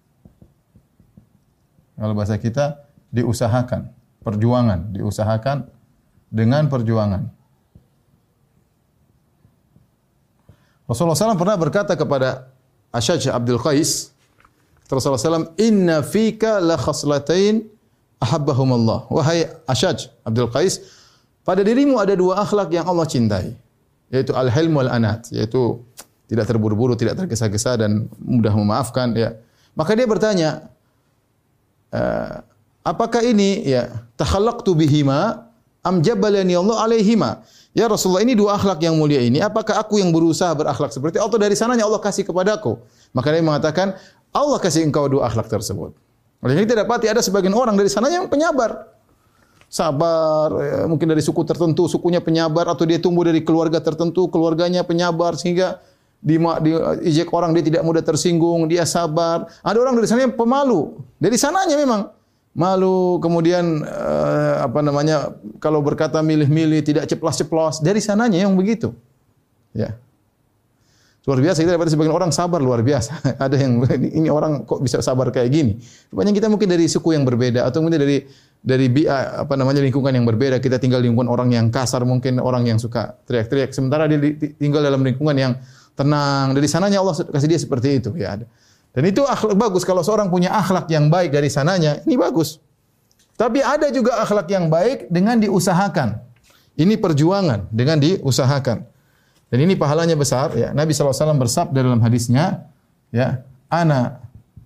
Kalau bahasa kita diusahakan, perjuangan, diusahakan dengan perjuangan. Rasulullah shallallahu alaihi wasallam pernah berkata kepada Ashaj Abdul Qais, Rasulullah shallallahu alaihi wasallam, "Inna fika la khaslatain ahabbahumullah." Wahai Ashaj Abdul Qais, pada dirimu ada dua akhlak yang Allah cintai, yaitu al-hilm wal anat, yaitu tidak terburu-buru, tidak tergesa-gesa dan mudah memaafkan ya. Maka dia bertanya, uh, apakah ini ya takhallaqtu bihima am jabalani Allah alaihima? Ya Rasulullah, ini dua akhlak yang mulia ini, apakah aku yang berusaha berakhlak seperti atau dari sananya Allah kasih kepadaku? Maka dia mengatakan, Allah kasih engkau dua akhlak tersebut. Oleh ini kita dapati ada sebagian orang dari sananya yang penyabar. Sabar, ya, mungkin dari suku tertentu, sukunya penyabar, atau dia tumbuh dari keluarga tertentu, keluarganya penyabar, sehingga di, di ejek orang dia tidak mudah tersinggung, dia sabar. Ada orang dari sana yang pemalu. Dari sananya memang malu, kemudian uh, apa namanya? Kalau berkata milih-milih, tidak ceplas-ceplos. Dari sananya yang begitu. Ya. Luar biasa, kita dapat sebagian orang sabar luar biasa. Ada yang ini orang kok bisa sabar kayak gini. Rupanya kita mungkin dari suku yang berbeda atau mungkin dari dari bi'a, apa namanya lingkungan yang berbeda. Kita tinggal di lingkungan orang yang kasar, mungkin orang yang suka teriak-teriak. Sementara dia tinggal dalam lingkungan yang tenang. Dari sananya Allah kasih dia seperti itu, ya ada. Dan itu akhlak bagus kalau seorang punya akhlak yang baik dari sananya, ini bagus. Tapi ada juga akhlak yang baik dengan diusahakan. Ini perjuangan dengan diusahakan. Dan ini pahalanya besar, ya. Nabi sallallahu alaihi wasallam bersabda dalam hadisnya, ya, ana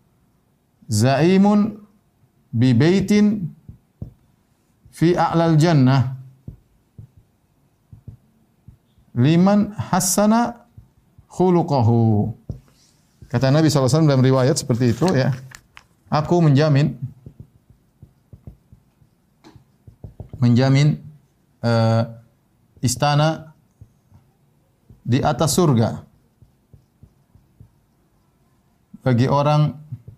zaimun bi baitin fi a'lal jannah liman hassana khuluquhu. Kata Nabi sallallahu alaihi wasallam dalam riwayat seperti itu, ya. Aku menjamin menjamin uh, istana di atas surga bagi orang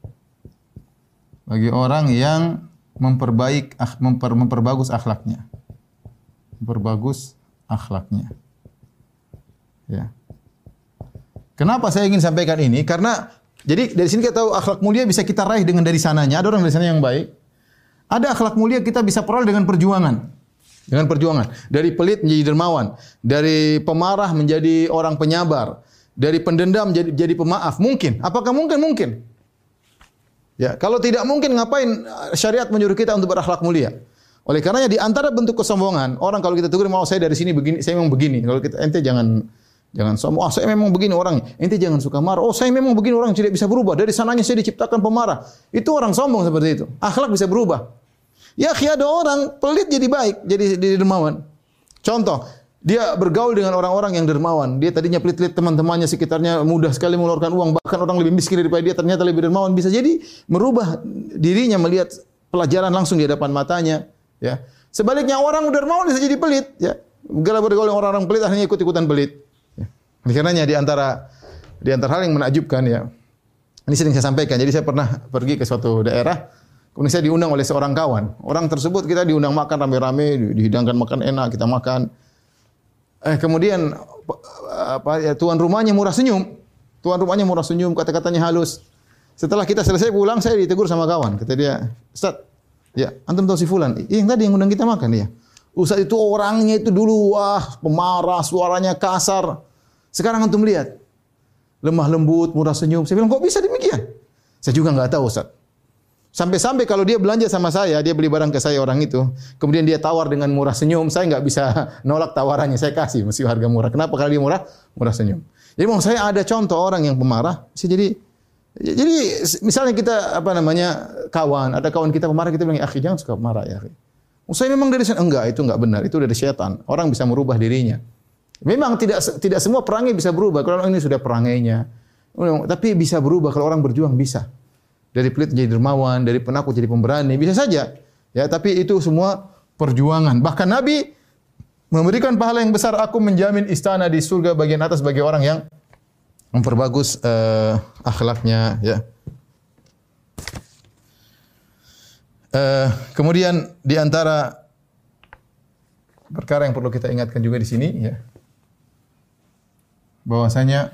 bagi orang yang memperbaik memper, memperbagus akhlaknya. Memperbagus akhlaknya. Ya. Kenapa saya ingin sampaikan ini? Karena jadi dari sini kita tahu akhlak mulia bisa kita raih dengan dari sananya. Ada orang dari sana yang baik. Ada akhlak mulia kita bisa peroleh dengan perjuangan. Dengan perjuangan. Dari pelit menjadi dermawan. Dari pemarah menjadi orang penyabar. Dari pendendam menjadi jadi pemaaf. Mungkin. Apakah mungkin? Mungkin. Ya, kalau tidak mungkin ngapain syariat menyuruh kita untuk berakhlak mulia? Oleh karenanya di antara bentuk kesombongan, orang kalau kita tegur mau saya dari sini begini, saya memang begini. Kalau kita ente jangan jangan sombong. Oh, saya memang begini orangnya. Ente jangan suka marah. Oh, saya memang begini orang tidak bisa berubah. Dari sananya saya diciptakan pemarah. Itu orang sombong seperti itu. Akhlak bisa berubah. Ya, ada orang pelit jadi baik, jadi, jadi dermawan. Contoh, dia bergaul dengan orang-orang yang dermawan. Dia tadinya pelit-pelit, teman-temannya sekitarnya mudah sekali mengeluarkan uang, bahkan orang lebih miskin daripada dia ternyata lebih dermawan. Bisa jadi merubah dirinya melihat pelajaran langsung di hadapan matanya. Ya. Sebaliknya orang dermawan bisa jadi pelit. Ya. Gara bergaul dengan orang-orang pelit akhirnya ikut-ikutan pelit. Ya. Karenanya di antara di antara hal yang menakjubkan, ya. Ini sering saya sampaikan. Jadi saya pernah pergi ke suatu daerah. Kemudian saya diundang oleh seorang kawan. Orang tersebut kita diundang makan rame-rame, dihidangkan makan enak, kita makan. Eh kemudian apa ya, tuan rumahnya murah senyum. Tuan rumahnya murah senyum, kata-katanya halus. Setelah kita selesai pulang, saya ditegur sama kawan. Kata dia, "Ustaz, ya, antum tahu si fulan? Yang tadi yang undang kita makan ya. Ustaz itu orangnya itu dulu wah, pemarah, suaranya kasar. Sekarang antum lihat. Lemah lembut, murah senyum." Saya bilang, "Kok bisa demikian?" Saya juga enggak tahu, Ustaz. Sampai-sampai kalau dia belanja sama saya, dia beli barang ke saya orang itu, kemudian dia tawar dengan murah senyum, saya nggak bisa nolak tawarannya, saya kasih mesti harga murah. Kenapa? Karena dia murah, murah senyum. Jadi mau saya ada contoh orang yang pemarah, jadi jadi misalnya kita apa namanya kawan, ada kawan kita pemarah, kita bilang, "Ya, akhi, jangan suka marah ya, akhi." Oh, saya memang dari sana, enggak, itu enggak benar, itu dari setan. Orang bisa merubah dirinya. Memang tidak tidak semua perangai bisa berubah. Kalau orang ini sudah perangainya, tapi bisa berubah kalau orang berjuang bisa. Dari pelit menjadi dermawan, dari penakut jadi pemberani, bisa saja. Ya, tapi itu semua perjuangan. Bahkan Nabi memberikan pahala yang besar, aku menjamin istana di surga bagian atas bagi orang yang memperbagus uh, akhlaknya, ya. Uh, kemudian di antara perkara yang perlu kita ingatkan juga di sini, ya, bahwasanya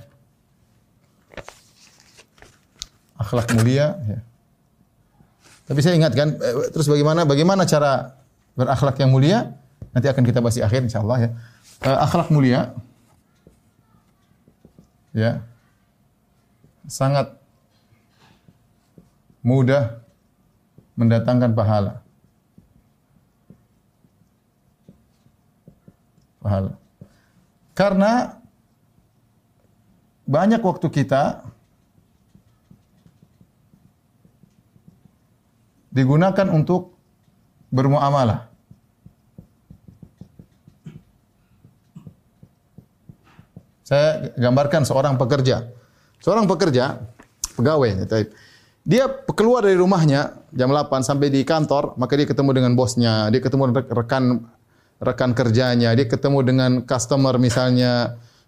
akhlak mulia, ya. Tapi saya ingatkan, eh, terus bagaimana bagaimana cara berakhlak yang mulia? Nanti akan kita bahas di akhir insyaallah, ya. Eh, akhlak mulia, ya, sangat mudah mendatangkan pahala. Pahala. Karena banyak waktu kita digunakan untuk bermuamalah. Saya gambarkan seorang pekerja. Seorang pekerja, pegawai. Dia keluar dari rumahnya jam delapan sampai di kantor, maka dia ketemu dengan bosnya, dia ketemu rekan rekan kerjanya, dia ketemu dengan customer misalnya,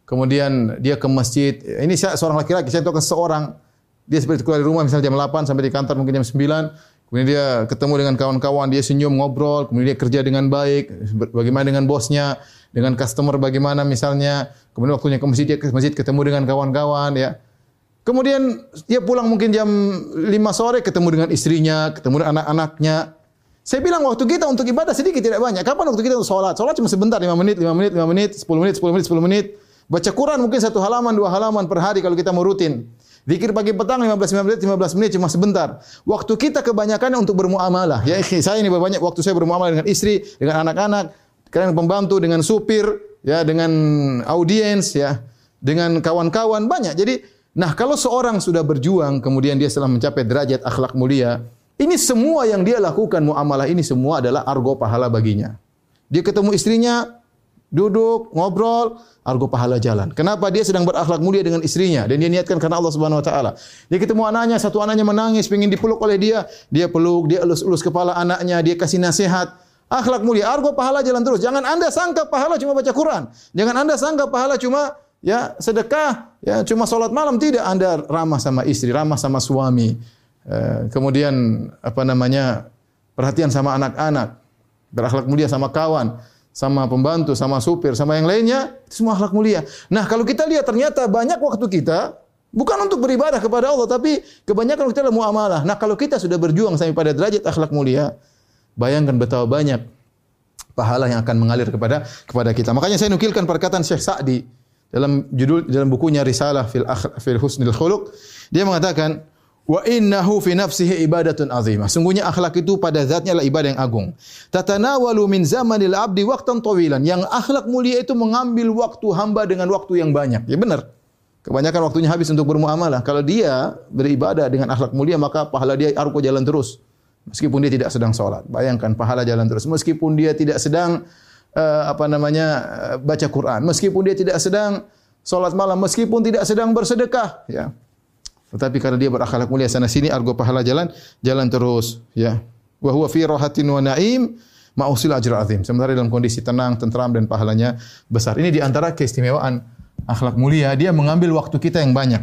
kemudian dia ke masjid. Ini saya seorang laki-laki, saya tahu seorang dia seperti keluar dari rumah misalnya jam delapan sampai di kantor mungkin jam sembilan. Kemudian dia ketemu dengan kawan-kawan, dia senyum, ngobrol, kemudian dia kerja dengan baik, bagaimana dengan bosnya, dengan customer bagaimana misalnya. Kemudian waktunya ke masjid, dia ke masjid ketemu dengan kawan-kawan ya. Kemudian dia pulang mungkin jam lima sore ketemu dengan istrinya, ketemu dengan anak-anaknya. Saya bilang waktu kita untuk ibadah sedikit tidak banyak. Kapan waktu kita untuk sholat? Sholat cuma sebentar, lima menit, lima menit, lima menit, sepuluh menit, sepuluh menit, sepuluh menit. Baca Quran mungkin satu halaman, dua halaman per hari kalau kita mau rutin. Zikir pagi petang lima belas menit, lima belas menit cuma sebentar. Waktu kita kebanyakan untuk bermuamalah. Ya, saya ini banyak waktu saya bermuamalah dengan istri, dengan anak-anak, dengan pembantu, dengan supir, ya, dengan audiens, ya, dengan kawan-kawan banyak. Jadi, nah kalau seorang sudah berjuang kemudian dia setelah mencapai derajat akhlak mulia, ini semua yang dia lakukan muamalah ini semua adalah argo pahala baginya. Dia ketemu istrinya, duduk, ngobrol, argo pahala jalan. Kenapa? Dia sedang berakhlak mulia dengan istrinya dan dia niatkan karena Allah Subhanahu wa taala. Dia ketemu anaknya, satu anaknya menangis, pengen dipeluk oleh dia, dia peluk, dia elus-elus kepala anaknya, dia kasih nasihat. Akhlak mulia, argo pahala jalan terus. Jangan Anda sangka pahala cuma baca Quran. Jangan Anda sangka pahala cuma ya sedekah, ya cuma salat malam. Tidak, Anda ramah sama istri, ramah sama suami. Eh, kemudian apa namanya? Perhatian sama anak-anak, berakhlak mulia sama kawan, sama pembantu, sama supir, sama yang lainnya, itu semua akhlak mulia. Nah, kalau kita lihat ternyata banyak waktu kita bukan untuk beribadah kepada Allah, tapi kebanyakan waktu kita adalah muamalah. Nah, kalau kita sudah berjuang sampai pada derajat akhlak mulia, bayangkan betapa banyak pahala yang akan mengalir kepada kepada kita. Makanya saya nukilkan perkataan Syekh Sa'di dalam judul dalam bukunya Risalah fil Akh, fil Husnil Khuluq. Dia mengatakan, wa innahu fi nafsihi ibadatun azimah. Sungguhnya akhlak itu pada zatnya adalah ibadah yang agung. Tatanawalu min zamanil abdi waqtan tawilan. Yang akhlak mulia itu mengambil waktu hamba dengan waktu yang banyak. Ya benar. Kebanyakan waktunya habis untuk bermuamalah. Kalau dia beribadah dengan akhlak mulia, maka pahala dia arko jalan terus. Meskipun dia tidak sedang sholat. Bayangkan pahala jalan terus. Meskipun dia tidak sedang uh, apa namanya uh, baca Quran. Meskipun dia tidak sedang sholat malam. Meskipun tidak sedang bersedekah. Ya. Tetapi karena dia berakhlak mulia sana sini, argo pahala jalan jalan terus, ya. Wa huwa fi rahatin wa na'im ma'usil ajr azim. Sementara dalam kondisi tenang, tentram dan pahalanya besar. Ini di antara keistimewaan akhlak mulia, dia mengambil waktu kita yang banyak.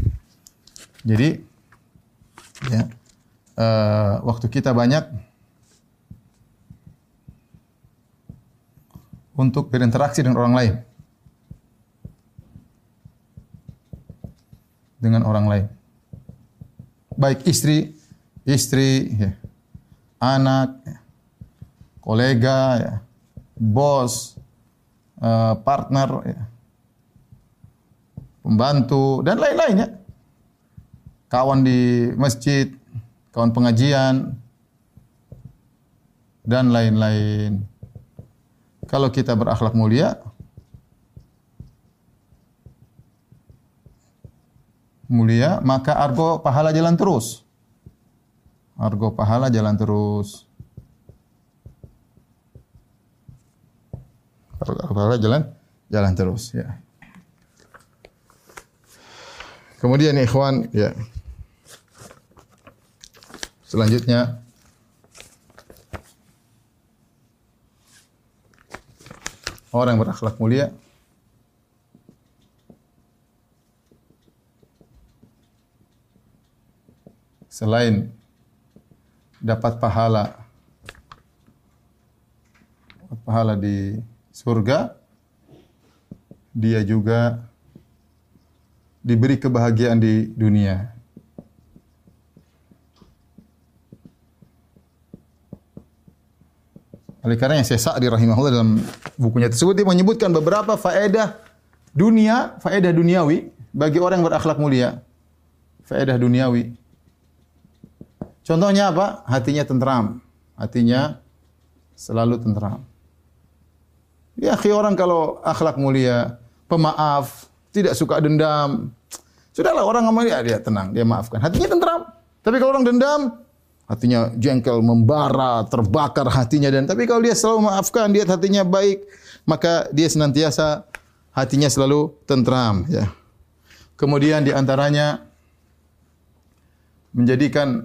Jadi ya, uh, waktu kita banyak untuk berinteraksi dengan orang lain. Dengan orang lain. Baik istri, istri, ya, anak, ya, kolega, ya, bos, uh, partner, ya, pembantu, dan lain-lainnya. Kawan di masjid, kawan pengajian, dan lain-lain. Kalau kita berakhlak mulia, mulia, maka argo pahala jalan terus. Argo pahala jalan terus. Argo pahala jalan jalan terus, ya. Kemudian ikhwan, ya. Selanjutnya orang yang berakhlak mulia selain dapat pahala pahala di surga, dia juga diberi kebahagiaan di dunia. Oleh karena yang Syekh Sa'di rahimahullah dalam bukunya tersebut dia menyebutkan beberapa faedah dunia, faedah duniawi bagi orang yang berakhlak mulia. Faedah duniawi. Contohnya apa? Hatinya tentram. Hatinya selalu tentram. Ya, akhi, orang kalau akhlak mulia, pemaaf, tidak suka dendam. Sudahlah, orang sama dia, dia tenang, dia maafkan. Hatinya tentram. Tapi kalau orang dendam, hatinya jengkel, membara, terbakar hatinya. Dan tapi kalau dia selalu maafkan, dia hatinya baik, maka dia senantiasa hatinya selalu tentram. Ya. Kemudian di antaranya menjadikan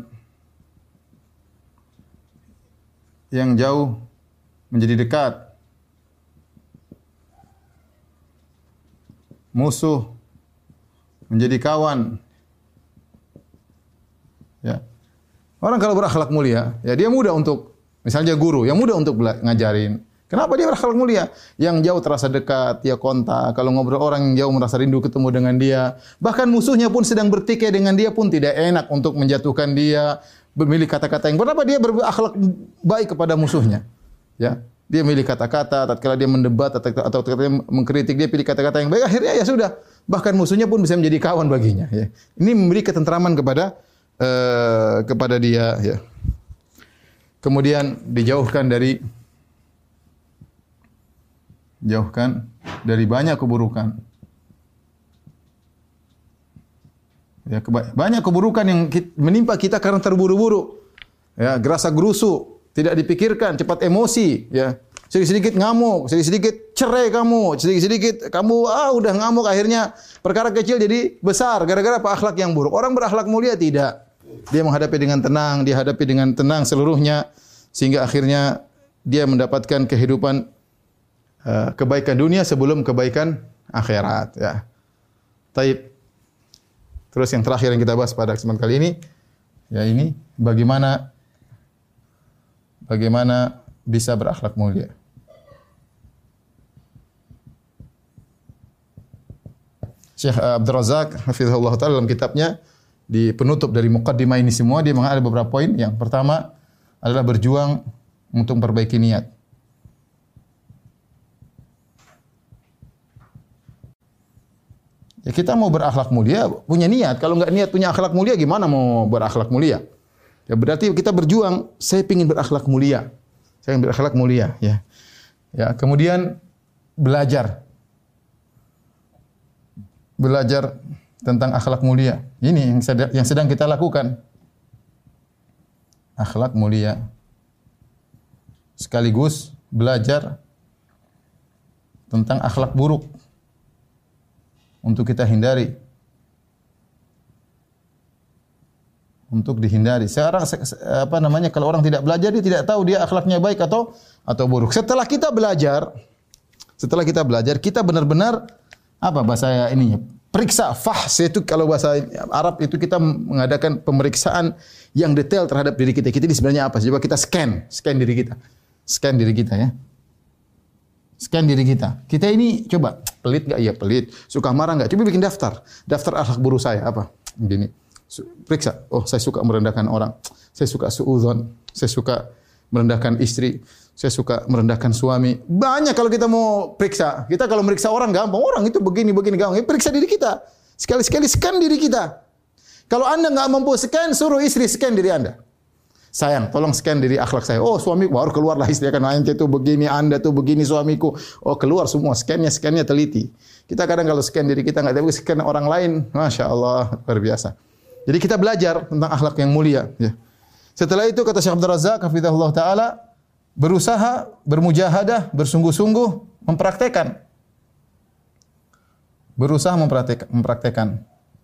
yang jauh menjadi dekat, musuh menjadi kawan. Ya. Orang kalau berakhlak mulia, ya dia mudah untuk, misalnya guru, yang mudah untuk bela- ngajarin. Kenapa dia berakhlak mulia? Yang jauh terasa dekat, dia kontak. Kalau ngobrol orang yang jauh merasa rindu ketemu dengan dia. Bahkan musuhnya pun sedang bertikai dengan dia pun tidak enak untuk menjatuhkan dia, memilih kata-kata yang kenapa dia berakhlak baik kepada musuhnya. Ya, dia milih kata-kata, tatkala dia mendebat atau atau tatkala dia mengkritik, dia pilih kata-kata yang baik, akhirnya ya sudah. Bahkan musuhnya pun bisa menjadi kawan baginya. Ya. Ini memberi ketentraman kepada uh, kepada dia. Ya. Kemudian dijauhkan dari jauhkan dari banyak keburukan. Ya, keba- banyak keburukan yang ki- menimpa kita karena terburu-buru. Ya, gerasa gerusu. Tidak dipikirkan, cepat emosi, ya. Sedikit-sedikit ngamuk, sedikit-sedikit cerai kamu, sedikit-sedikit kamu ah udah ngamuk, akhirnya perkara kecil jadi besar gara-gara apa akhlak yang buruk. Orang berakhlak mulia tidak. Dia menghadapi dengan tenang, dia hadapi dengan tenang seluruhnya sehingga akhirnya dia mendapatkan kehidupan uh, kebaikan dunia sebelum kebaikan akhirat, ya. Taib. Terus yang terakhir yang kita bahas pada kesempatan kali ini, ya ini bagaimana bagaimana bisa berakhlak mulia. Syekh Abdul Razak hafizahullah taala dalam kitabnya di penutup dari muqaddimah ini semua dia mengatakan ada beberapa poin. Yang pertama adalah berjuang untuk memperbaiki niat. Ya kita mau berakhlak mulia punya niat. Kalau enggak niat punya akhlak mulia gimana mau berakhlak mulia? Ya berarti kita berjuang, saya ingin berakhlak mulia. Saya ingin berakhlak mulia, ya. Ya, kemudian belajar. Belajar tentang akhlak mulia. Ini yang sedang, yang sedang kita lakukan. Akhlak mulia. Sekaligus belajar tentang akhlak buruk untuk kita hindari. Untuk dihindari. Sekarang apa namanya kalau orang tidak belajar dia tidak tahu dia akhlaknya baik atau atau buruk. Setelah kita belajar, setelah kita belajar kita benar-benar apa bahasa ininya? Periksa fahs itu kalau bahasa Arab itu kita mengadakan pemeriksaan yang detail terhadap diri kita. Kita ini sebenarnya apa? Coba kita scan, scan diri kita. Scan diri kita ya. Scan diri kita. Kita ini coba pelit enggak? Iya pelit. Suka marah enggak? Coba bikin daftar. Daftar akhlak buruk saya apa? Begini. Periksa, oh saya suka merendahkan orang, saya suka suudzon, saya suka merendahkan istri, saya suka merendahkan suami. Banyak kalau kita mau periksa. Kita kalau meriksa orang gampang, orang itu begini begini gampang. Periksa diri kita. Sekali-sekali scan diri kita. Kalau Anda enggak mampu scan, suruh istri scan diri Anda. Sayang, tolong scan diri akhlak saya. Oh, suami baru keluarlah istri akan ente itu begini, Anda tuh begini suamiku. Oh, keluar semua scannya, scannya teliti. Kita kadang kalau scan diri kita enggak tapi scan orang lain, Masya Allah, luar biasa. Jadi kita belajar tentang akhlak yang mulia. Ya. Setelah itu kata Syekh Abdul Razak hafizahullah taala berusaha, bermujahadah, bersungguh-sungguh mempraktekkan. Berusaha mempraktek, mempraktekkan.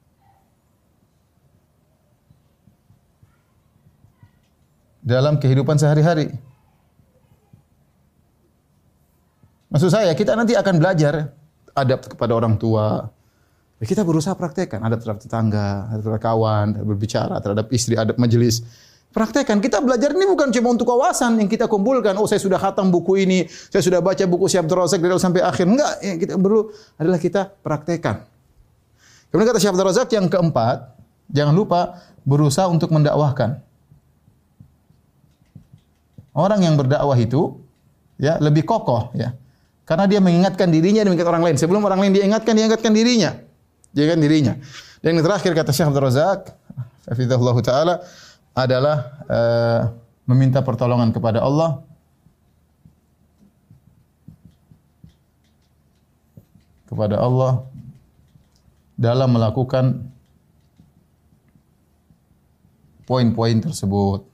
Dalam kehidupan sehari-hari. Maksud saya kita nanti akan belajar adab kepada orang tua. Ya kita berusaha praktekkan adab terhadap tetangga, adab terhadap kawan, berbicara terhadap istri, adab majelis. Praktekkan. Kita belajar ini bukan cuma untuk kawasan yang kita kumpulkan. Oh, saya sudah khatam buku ini, saya sudah baca buku Syekh Abdul Razak dari awal sampai akhir. Enggak, yang kita perlu adalah kita praktekkan. Kemudian kata Syekh Abdul Razak yang keempat, jangan lupa berusaha untuk mendakwahkan. Orang yang berdakwah itu ya lebih kokoh ya. Karena dia mengingatkan dirinya dan mengingatkan orang lain. Sebelum orang lain dia ingatkan, dia ingatkan dirinya. Dia ingatkan dirinya. Dan yang terakhir kata Syekh Abdul Razak, hafizahullah taala adalah uh, meminta pertolongan kepada Allah kepada Allah dalam melakukan poin-poin tersebut.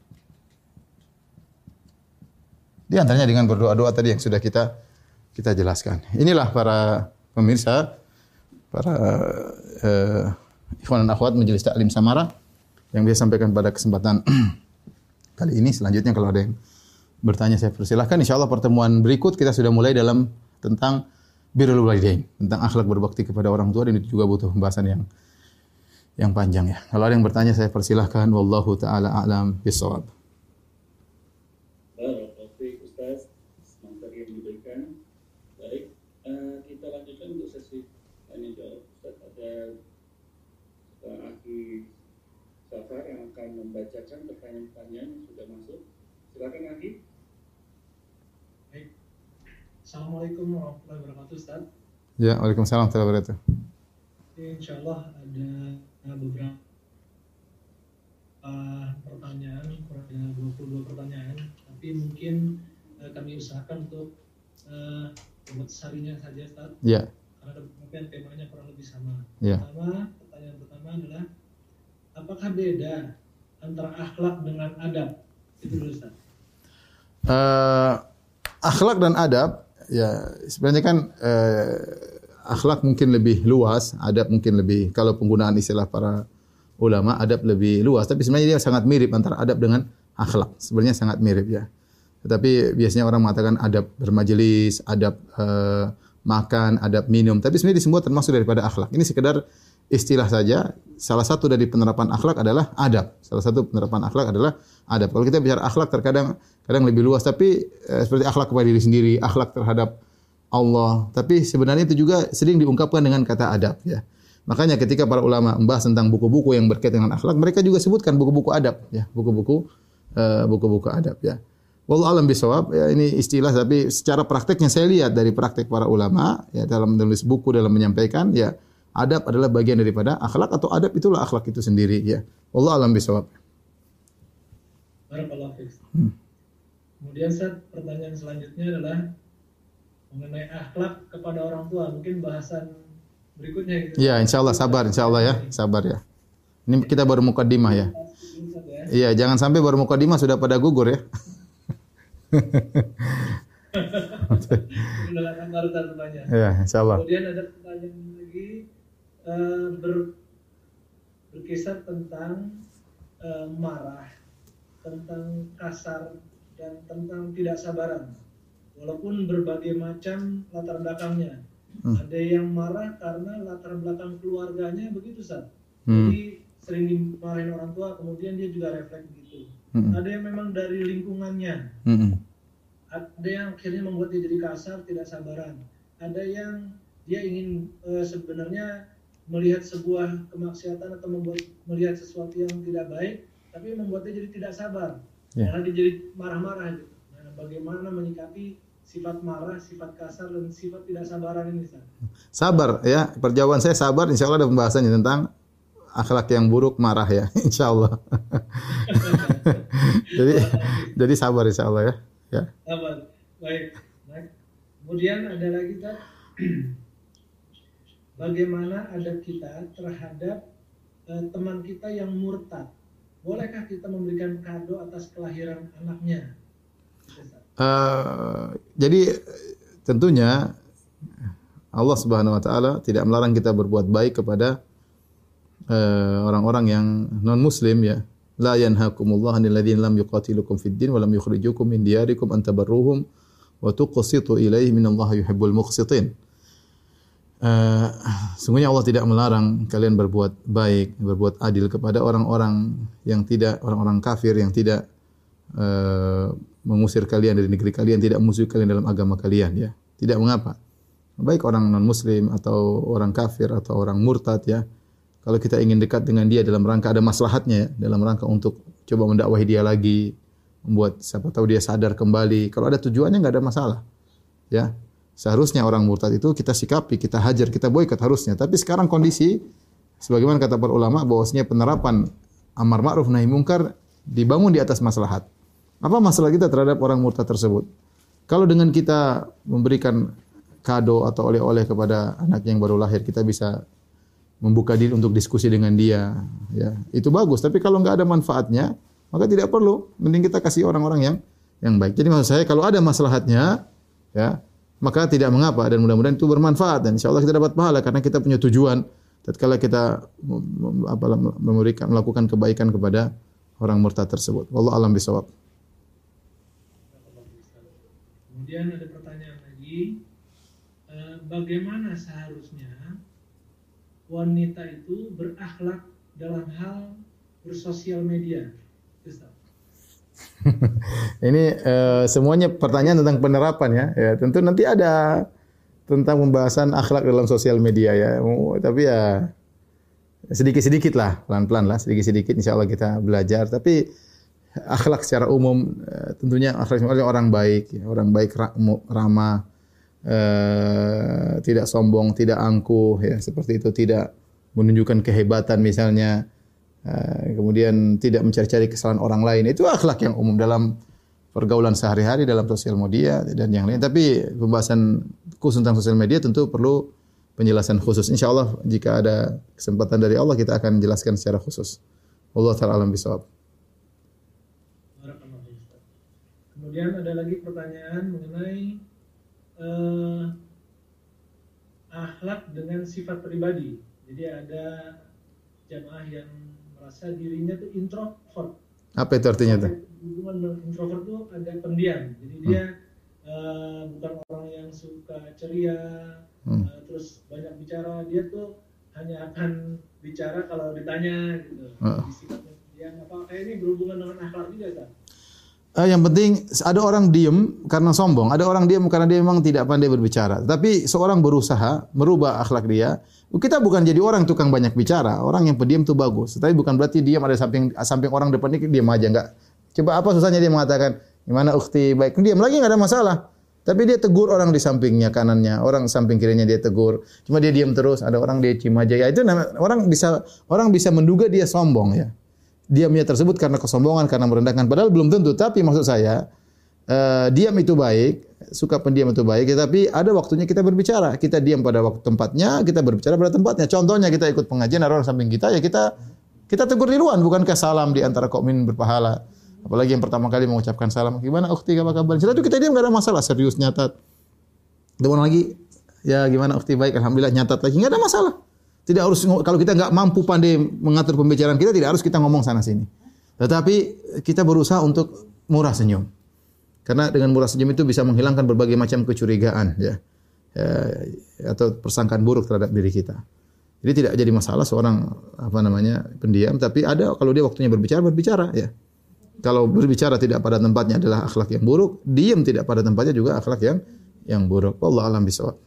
Di antaranya dengan berdoa-doa tadi yang sudah kita kita jelaskan. Inilah para pemirsa, para uh, ikhwan dan akhwat Majelis Taklim Samara yang saya sampaikan pada kesempatan kali ini. Selanjutnya kalau ada yang bertanya saya persilahkan. Insyaallah pertemuan berikut kita sudah mulai dalam tentang birrul walidain, tentang akhlak berbakti kepada orang tua, dan itu juga butuh pembahasan yang yang panjang ya. Kalau ada yang bertanya saya persilahkan. Wallahu taala a'lam bishawab. Baik, Ustaz, materi yang diberikan. Baik, uh, kita lanjutkan untuk sesi tanya jawab. Ustaz, ada uh, Aki Safar yang akan membacakan pertanyaan-pertanyaan yang sudah masuk. Silakan Aki. Baik. Assalamualaikum warahmatullahi wabarakatuh, Ustaz. Ya, waalaikumsalam warahmatullahi wabarakatuh. Insyaallah ada beberapa uh, pertanyaan, kurang lebih dua puluh dua pertanyaan, tapi mungkin uh, kami usahakan untuk uh, buat seharinya saja, Ustaz. Ya. Karena mungkin temanya kurang lebih sama. Ya. Pertama, pertanyaan pertama adalah apakah beda antara akhlak dengan adab? Itu dulu, Ustaz. Uh, akhlak dan adab, ya sebenarnya kan uh, akhlak mungkin lebih luas, adab mungkin lebih, kalau penggunaan istilah para ulama, adab lebih luas. Tapi sebenarnya dia sangat mirip antara adab dengan akhlak. Sebenarnya sangat mirip ya. Tetapi biasanya orang mengatakan adab bermajelis, adab uh, makan, adab minum. Tapi sebenarnya semua termasuk daripada akhlak. Ini sekedar istilah saja. Salah satu dari penerapan akhlak adalah adab. Salah satu penerapan akhlak adalah adab. Kalau kita bicara akhlak terkadang kadang lebih luas. Tapi uh, seperti akhlak kepada diri sendiri, akhlak terhadap Allah, tapi sebenarnya itu juga sering diungkapkan dengan kata adab ya. Makanya ketika para ulama membahas tentang buku-buku yang berkaitan dengan akhlak, mereka juga sebutkan buku-buku adab ya, buku-buku uh, buku-buku adab ya. Wallahu a'lam bishawab, ya ini istilah, tapi secara prakteknya saya lihat dari praktek para ulama ya, dalam menulis buku, dalam menyampaikan ya, adab adalah bagian daripada akhlak, atau adab itulah akhlak itu sendiri ya. Wallahu a'lam bishawab. Barakallahu fiik. Hmm. Kemudian Ustaz, pertanyaan selanjutnya adalah mengenai akhlak kepada orang tua, mungkin bahasan berikutnya gitu. Iya, insyaallah sabar, insyaallah ya, sabar ya. Ini kita baru mukadimah ya. Iya, jangan sampai baru mukadimah sudah pada gugur ya. Iya, insyaallah. Kemudian ada pertanyaan lagi uh, ber, berkisar tentang uh, marah, tentang kasar, dan tentang tidak sabaran. Walaupun berbagai macam latar belakangnya. Hmm. Ada yang marah karena latar belakang keluarganya begitu, Ustaz. Hmm. Jadi sering dimarahin orang tua, kemudian dia juga refleks begitu. Hmm. Ada yang memang dari lingkungannya. Hmm. Ada yang akhirnya membuat dia jadi kasar, tidak sabaran. Ada yang dia ingin e, sebenarnya melihat sebuah kemaksiatan atau membuat melihat sesuatu yang tidak baik, tapi membuat dia jadi tidak sabar. Yeah. Karena dia jadi marah-marah gitu. Nah, bagaimana menyikapi sifat marah, sifat kasar, dan sifat tidak sabaran ini, Ustaz? Sabar ya, perjawaban saya sabar. Insya Allah ada pembahasannya tentang akhlak yang buruk, marah ya, insya Allah. jadi jadi sabar insya Allah ya. Ya. Sabar, baik. Baik. Kemudian ada lagi, Ustaz. Bagaimana adab kita terhadap uh, teman kita yang murtad? Bolehkah kita memberikan kado atas kelahiran anaknya? Uh, jadi tentunya Allah Subhanahu wa taala tidak melarang kita berbuat baik kepada uh, orang-orang yang non muslim ya. La yanhaakumullahu 'anil ladzina lam yuqatilukum fid din wa lam yukhrijukum min diyarikum an tabarruhum wa tuqsitu ilaihim innallaha yuhibbul muqsitin. Uh, sungguhnya Allah tidak melarang kalian berbuat baik, berbuat adil kepada orang-orang yang tidak, orang-orang kafir yang tidak uh, mengusir kalian dari negeri kalian, tidak musuh kalian dalam agama kalian ya. Tidak mengapa. Baik orang non muslim atau orang kafir atau orang murtad ya. Kalau kita ingin dekat dengan dia dalam rangka ada maslahatnya ya, dalam rangka untuk coba mendakwahi dia lagi, membuat siapa tahu dia sadar kembali. Kalau ada tujuannya enggak ada masalah. Ya. Seharusnya orang murtad itu kita sikapi, kita hajar, kita boikot harusnya. Tapi sekarang kondisi sebagaimana kata para ulama bahwasanya penerapan amar ma'ruf nahi munkar dibangun di atas maslahat. Apa masalah kita terhadap orang murtad tersebut? Kalau dengan kita memberikan kado atau oleh-oleh kepada anak yang baru lahir, kita bisa membuka diri untuk diskusi dengan dia, ya itu bagus. Tapi kalau nggak ada manfaatnya, maka tidak perlu. Mending kita kasih orang-orang yang yang baik. Jadi maksud saya kalau ada maslahatnya, ya maka tidak mengapa, dan mudah-mudahan itu bermanfaat dan insya Allah kita dapat pahala karena kita punya tujuan. Tatkala kita apa, memberikan melakukan kebaikan kepada orang murtad tersebut. Wallahu a'lam bishawab. Kemudian ada pertanyaan lagi, uh, bagaimana seharusnya wanita itu berakhlak dalam hal bersosial media? Ustaz. Ini uh, semuanya pertanyaan tentang penerapan ya. Ya, tentu nanti ada tentang pembahasan akhlak dalam sosial media ya. Oh, tapi ya sedikit-sedikit lah, pelan-pelan lah, sedikit-sedikit insya Allah kita belajar. Tapi akhlak secara umum tentunya akhlak orang baik, orang baik ramah, eh, tidak sombong, tidak angkuh, ya seperti itu, tidak menunjukkan kehebatan misalnya, eh, kemudian tidak mencari-cari kesalahan orang lain. Itu akhlak yang umum dalam pergaulan sehari-hari, dalam sosial media dan yang lain. Tapi pembahasan khusus tentang sosial media tentu perlu penjelasan khusus. Insya Allah jika ada kesempatan dari Allah kita akan menjelaskan secara khusus. Wallahu ta'ala alam bisawab. Kemudian ada lagi pertanyaan mengenai uh, akhlak dengan sifat pribadi. Jadi ada jamaah yang merasa dirinya itu introvert. Apa itu artinya tuh? Hubungan dengan introvert itu agak pendiam. Jadi hmm. dia uh, bukan orang yang suka ceria, hmm. uh, terus banyak bicara. Dia tuh hanya akan bicara kalau ditanya gitu. Uh. Jadi sifatnya pendiam. Apakah ini berhubungan dengan akhlak juga, Ustaz? Uh, yang penting ada orang diam karena sombong, ada orang diam karena dia memang tidak pandai berbicara. Tapi seorang berusaha merubah akhlak dia. Kita bukan jadi orang tukang banyak bicara. Orang yang pendiam itu bagus. Tapi bukan berarti diam ada samping samping orang depan ini diam aja, enggak. Coba apa susahnya dia mengatakan, "Gimana ukhti?" Baik, diam lagi enggak ada masalah. Tapi dia tegur orang di sampingnya, kanannya, orang samping kirinya dia tegur. Cuma dia diam terus, ada orang dia cium aja. Ya itu orang bisa orang bisa menduga dia sombong ya. Diamnya tersebut karena kesombongan, karena merendahkan. Padahal belum tentu. Tapi maksud saya, uh, diam itu baik, suka pendiam itu baik. Tapi ada waktunya kita berbicara. Kita diam pada waktu tempatnya, kita berbicara pada tempatnya. Contohnya kita ikut pengajian, ada orang samping kita, ya kita kita tegur duluan. Bukankah salam di antara mukmin berpahala? Apalagi yang pertama kali mengucapkan salam. Gimana ukhti, apa kabar? Setelah itu kita diam, gak ada masalah. Serius, nyatat. Kemudian lagi, ya gimana ukhti, baik, alhamdulillah, nyatat lagi. Gak ada masalah. Tidak harus, kalau kita nggak mampu pandai mengatur pembicaraan kita, tidak harus kita ngomong sana sini. Tetapi kita berusaha untuk murah senyum. Karena dengan murah senyum itu bisa menghilangkan berbagai macam kecurigaan, ya, ya atau persangkaan buruk terhadap diri kita. Jadi tidak jadi masalah seorang apa namanya pendiam, tapi ada kalau dia waktunya berbicara berbicara, ya. Kalau berbicara tidak pada tempatnya adalah akhlak yang buruk, diam tidak pada tempatnya juga akhlak yang yang buruk. Wallahu a'lam bishawab.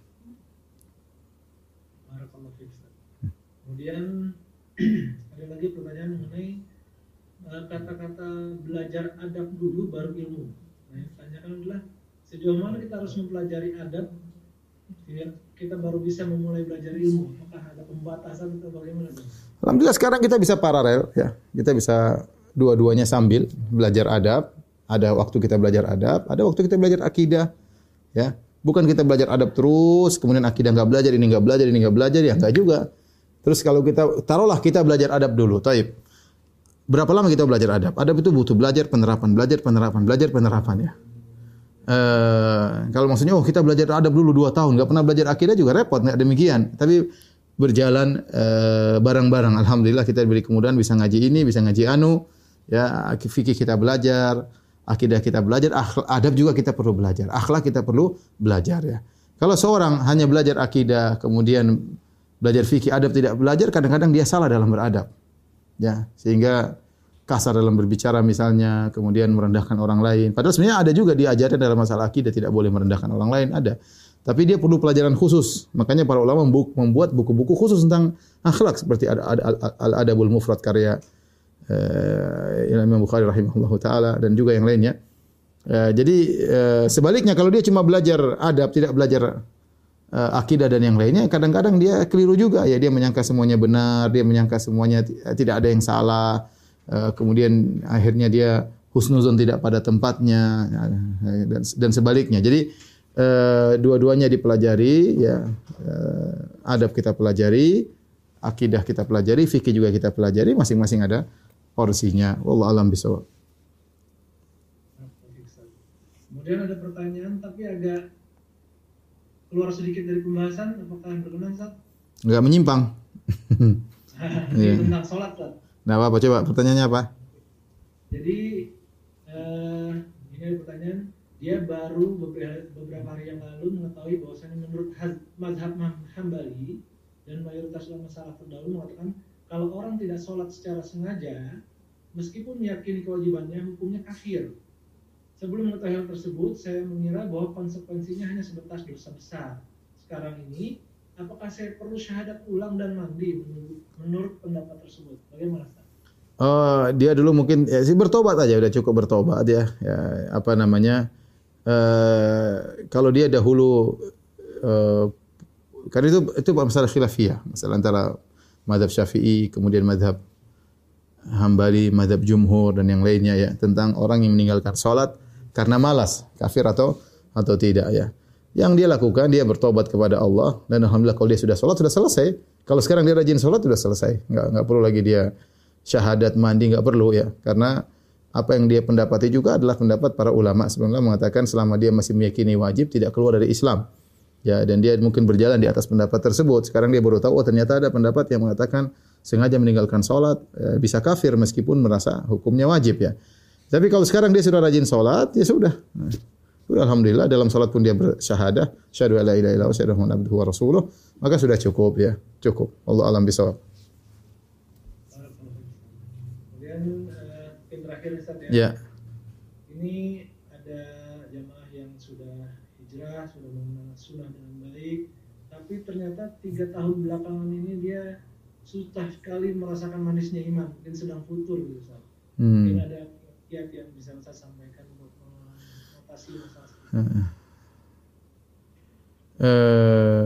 Kemudian ada lagi pertanyaan mengenai uh, kata-kata belajar adab dulu baru ilmu. Nah, yang ditanyakan adalah sejauh mana kita harus mempelajari adab sehingga kita baru bisa memulai belajar ilmu. Apakah ada pembatasan atau bagaimana? Alhamdulillah sekarang kita bisa paralel ya. Kita bisa dua-duanya sambil belajar adab. Ada waktu kita belajar adab, ada waktu kita belajar akidah. Ya, bukan kita belajar adab terus, kemudian akidah nggak belajar, ini nggak belajar, ini nggak belajar, ya nggak juga. Terus kalau kita, taruhlah kita belajar adab dulu, taib. Berapa lama kita belajar adab? Adab itu butuh belajar, penerapan, belajar, penerapan, belajar, penerapan ya. Uh, kalau maksudnya, oh kita belajar adab dulu dua tahun, nggak pernah belajar akidah juga repot, nggak demikian. Tapi berjalan uh, bareng-bareng. Alhamdulillah kita diberi kemudahan bisa ngaji ini, bisa ngaji anu, ya fikih kita belajar, akidah kita belajar, akhlak, adab juga kita perlu belajar, akhlak kita perlu belajar ya. Kalau seorang hanya belajar akidah, kemudian belajar fikih, adab tidak belajar, kadang-kadang dia salah dalam beradab. Ya, sehingga kasar dalam berbicara misalnya, kemudian merendahkan orang lain. Padahal sebenarnya ada juga diajarkan dalam masalah akidah tidak boleh merendahkan orang lain, ada. Tapi dia perlu pelajaran khusus. Makanya para ulama membuat buku-buku khusus tentang akhlak seperti ada Al-Adabul Mufrad karya uh, Imam Bukhari rahimahullahu taala dan juga yang lainnya. Uh, jadi uh, sebaliknya kalau dia cuma belajar adab, tidak belajar Uh, akidah dan yang lainnya, kadang-kadang dia keliru juga ya, dia menyangka semuanya benar, dia menyangka semuanya t- tidak ada yang salah, uh, kemudian akhirnya dia husnuzon tidak pada tempatnya uh, dan, dan sebaliknya. Jadi uh, dua-duanya dipelajari ya, uh, adab kita pelajari, akidah kita pelajari, fikih juga kita pelajari, masing-masing ada porsinya. Wallahu a'lam bishawab. Kemudian ada pertanyaan tapi agak keluar sedikit dari pembahasan, apakah berkenan, Ustaz? Enggak menyimpang. Ini tentang sholat, Ustaz. Nah, apa coba pertanyaannya apa? Jadi, uh, ini ada pertanyaan. dia baru beberapa, beberapa hari yang lalu mengetahui bahwasanya menurut mazhab Hambali dan mayoritas ulama salaf terdahulu mengatakan kalau orang tidak sholat secara sengaja, meskipun meyakini kewajibannya, hukumnya kafir. Sebelum mengetahui hal tersebut, saya mengira bahwa konsekuensinya hanya sebatas dosa besar. Sekarang ini, apakah saya perlu syahadat ulang dan mandi menurut, menurut pendapat tersebut? Bagaimana, Ustaz? Oh, dia dulu mungkin ya sih bertobat aja, udah cukup bertobat ya. Ya apa namanya? Uh, kalau dia dahulu uh, karena itu itu masalah khilafiyah, masalah antara mazhab Syafi'i kemudian mazhab Hambali, mazhab Jumhur dan yang lainnya ya, tentang orang yang meninggalkan salat karena malas, kafir atau atau tidak ya. Yang dia lakukan, dia bertobat kepada Allah dan alhamdulillah kalau dia sudah salat sudah selesai. Kalau sekarang dia rajin salat sudah selesai. Enggak enggak perlu lagi dia syahadat mandi, enggak perlu ya. Karena apa yang dia pendapati juga adalah pendapat para ulama sebelumnya mengatakan selama dia masih meyakini wajib tidak keluar dari Islam. Ya, dan dia mungkin berjalan di atas pendapat tersebut. Sekarang dia baru tahu oh ternyata ada pendapat yang mengatakan sengaja meninggalkan salat ya, bisa kafir meskipun merasa hukumnya wajib ya. Tapi kalau sekarang dia sudah rajin salat, ya sudah. Nah, sudah alhamdulillah dalam salat pun dia bersyahadah, syahadu alla ilaha illallah wa syahadu anna abduhu wa rasuluh, maka sudah cukup ya, cukup. Allah alam bisawab. Kemudian uh, yang terakhir Ustaz ya. Ya. Ini ada jamaah yang sudah hijrah, sudah mengenal sunnah dengan baik, tapi ternyata tiga tahun belakangan ini dia susah sekali merasakan manisnya iman, mungkin sedang futur gitu Ustaz. Hmm. Mungkin ada kiat yang bisa saya sampaikan untuk mengatasi masalah seperti itu. Uh,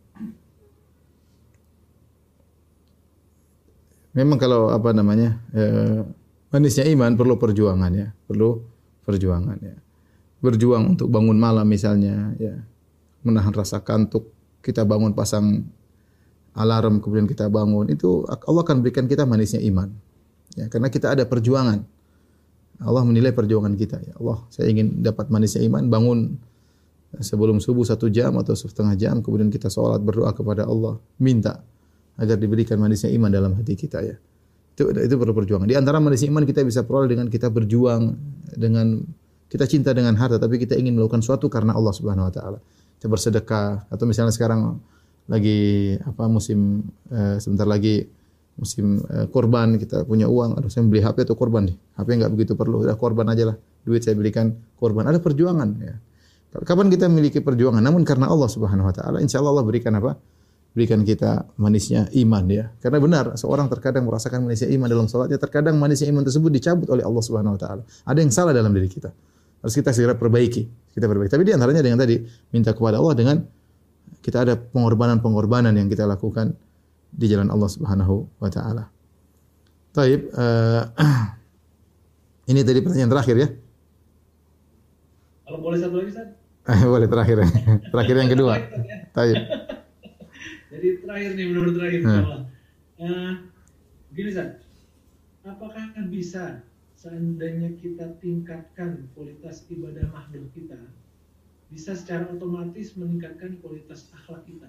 memang kalau apa namanya uh, manisnya iman perlu perjuangan ya, perlu perjuangan ya. Berjuang untuk bangun malam misalnya ya, menahan rasa kantuk, kita bangun pasang alarm kemudian kita bangun, itu Allah akan berikan kita manisnya iman ya, karena kita ada perjuangan. Allah menilai perjuangan kita ya. Allah, saya ingin dapat manisnya iman, bangun sebelum subuh satu jam atau setengah jam, kemudian kita sholat berdoa kepada Allah, minta agar diberikan manisnya iman dalam hati kita ya. Itu itu perlu perjuangan. Di antara manisnya iman kita bisa peroleh dengan kita berjuang, dengan kita cinta dengan harta, tapi kita ingin melakukan sesuatu karena Allah Subhanahu Wa Taala. Kita bersedekah, atau misalnya sekarang lagi apa musim eh, sebentar lagi musim eh, korban, kita punya uang, aduh saya beli H P atau korban nih, H P nggak begitu perlu, udah korban aja lah, duit saya berikan korban. Ada perjuangan ya. Kapan kita memiliki perjuangan? Namun karena Allah Subhanahu Wa Taala, insya Allah Allah berikan apa? Berikan kita manisnya iman ya. Karena benar, seorang terkadang merasakan manisnya iman dalam salatnya, terkadang manisnya iman tersebut dicabut oleh Allah Subhanahu Wa Taala. Ada yang salah dalam diri kita. Harus kita segera perbaiki, kita perbaiki. Tapi di antaranya dengan tadi minta kepada Allah dengan kita ada pengorbanan-pengorbanan yang kita lakukan di jalan Allah Subhanahu Wa Taala. Taib, uh, ini tadi pertanyaan terakhir ya. Kalau boleh satu lagi Ustaz? Boleh terakhir, terakhir yang kedua. Taib. Jadi terakhir nih, benar-benar terakhir. Hmm. Uh, gini Ustaz, apakah bisa seandainya kita tingkatkan kualitas ibadah makhluk kita, bisa secara otomatis meningkatkan kualitas akhlak kita?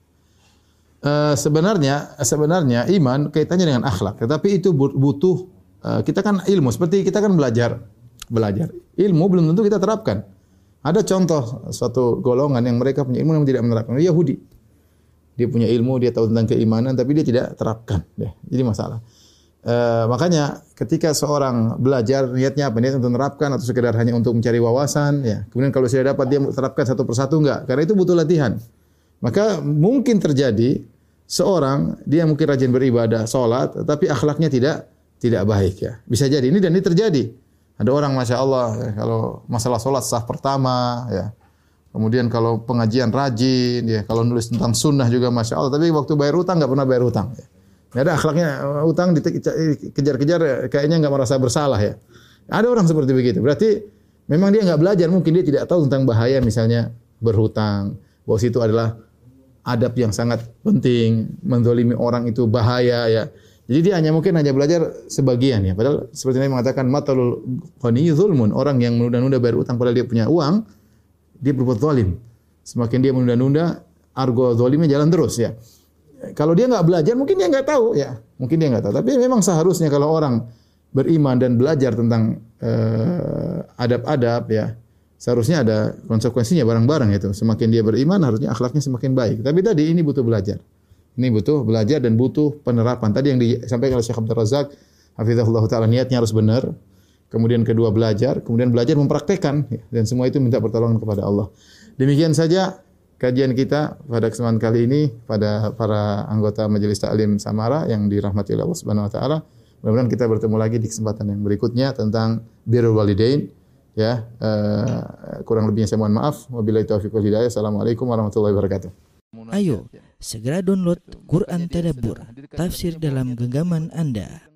Uh, sebenarnya sebenarnya iman kaitannya dengan akhlak, tetapi itu butuh uh, kita kan ilmu, seperti kita kan belajar belajar ilmu belum tentu kita terapkan. Ada contoh suatu golongan yang mereka punya ilmu yang tidak menerapkan, Yahudi. Dia punya ilmu, dia tahu tentang keimanan, tapi dia tidak terapkan. Deh, jadi masalah. Uh, makanya ketika seorang belajar niatnya apa? Niat untuk menerapkan atau sekedar hanya untuk mencari wawasan, ya. Kemudian kalau sudah dapat dia terapkan satu persatu enggak? Karena itu butuh latihan. Maka mungkin terjadi seorang dia mungkin rajin beribadah, salat, tapi akhlaknya tidak tidak baik ya. Bisa jadi ini dan ini terjadi. Ada orang masya Allah ya, kalau masalah salat sah pertama, ya. Kemudian kalau pengajian rajin, ya. Kalau nulis tentang sunnah juga masya Allah. Tapi waktu bayar utang nggak pernah bayar utang. Ya. Nggak ada akhlaknya, utang dikejar-kejar kayaknya nggak merasa bersalah ya. Ada orang seperti begitu. Berarti memang dia nggak belajar, mungkin dia tidak tahu tentang bahaya misalnya berhutang. Bahwa situ adalah adab yang sangat penting, menzalimi orang itu bahaya ya. Jadi dia hanya mungkin hanya belajar sebagian ya. Padahal seperti Nabi mengatakan matalul ghani zulmun, orang yang menunda-nunda bayar utang padahal dia punya uang, dia berbuat zalim. Semakin dia menunda-nunda, argo zalimnya jalan terus ya. Kalau dia nggak belajar, mungkin dia nggak tahu ya. Mungkin dia nggak tahu. Tapi memang seharusnya kalau orang beriman dan belajar tentang uh, adab-adab ya, seharusnya ada konsekuensinya bareng-bareng itu. Semakin dia beriman harusnya akhlaknya semakin baik. Tapi tadi ini butuh belajar. Ini butuh belajar dan butuh penerapan. Tadi yang disampaikan oleh Syekh Abdul Razak, hafizahullah taala, niatnya harus benar. Kemudian kedua belajar, kemudian belajar mempraktekkan, dan semua itu minta pertolongan kepada Allah. Demikian saja kajian kita pada kesempatan kali ini pada para anggota Majelis Ta'lim Samara yang dirahmati Allah Subhanahu wa taala. Mudah-mudahan kita bertemu lagi di kesempatan yang berikutnya tentang birrul walidain. Ya, uh, kurang lebihnya saya mohon maaf. Wabillahi taufiq wal hidayah. Assalamualaikum warahmatullahi wabarakatuh. Ayo, segera download Quran Tadabbur, tafsir dalam genggaman Anda.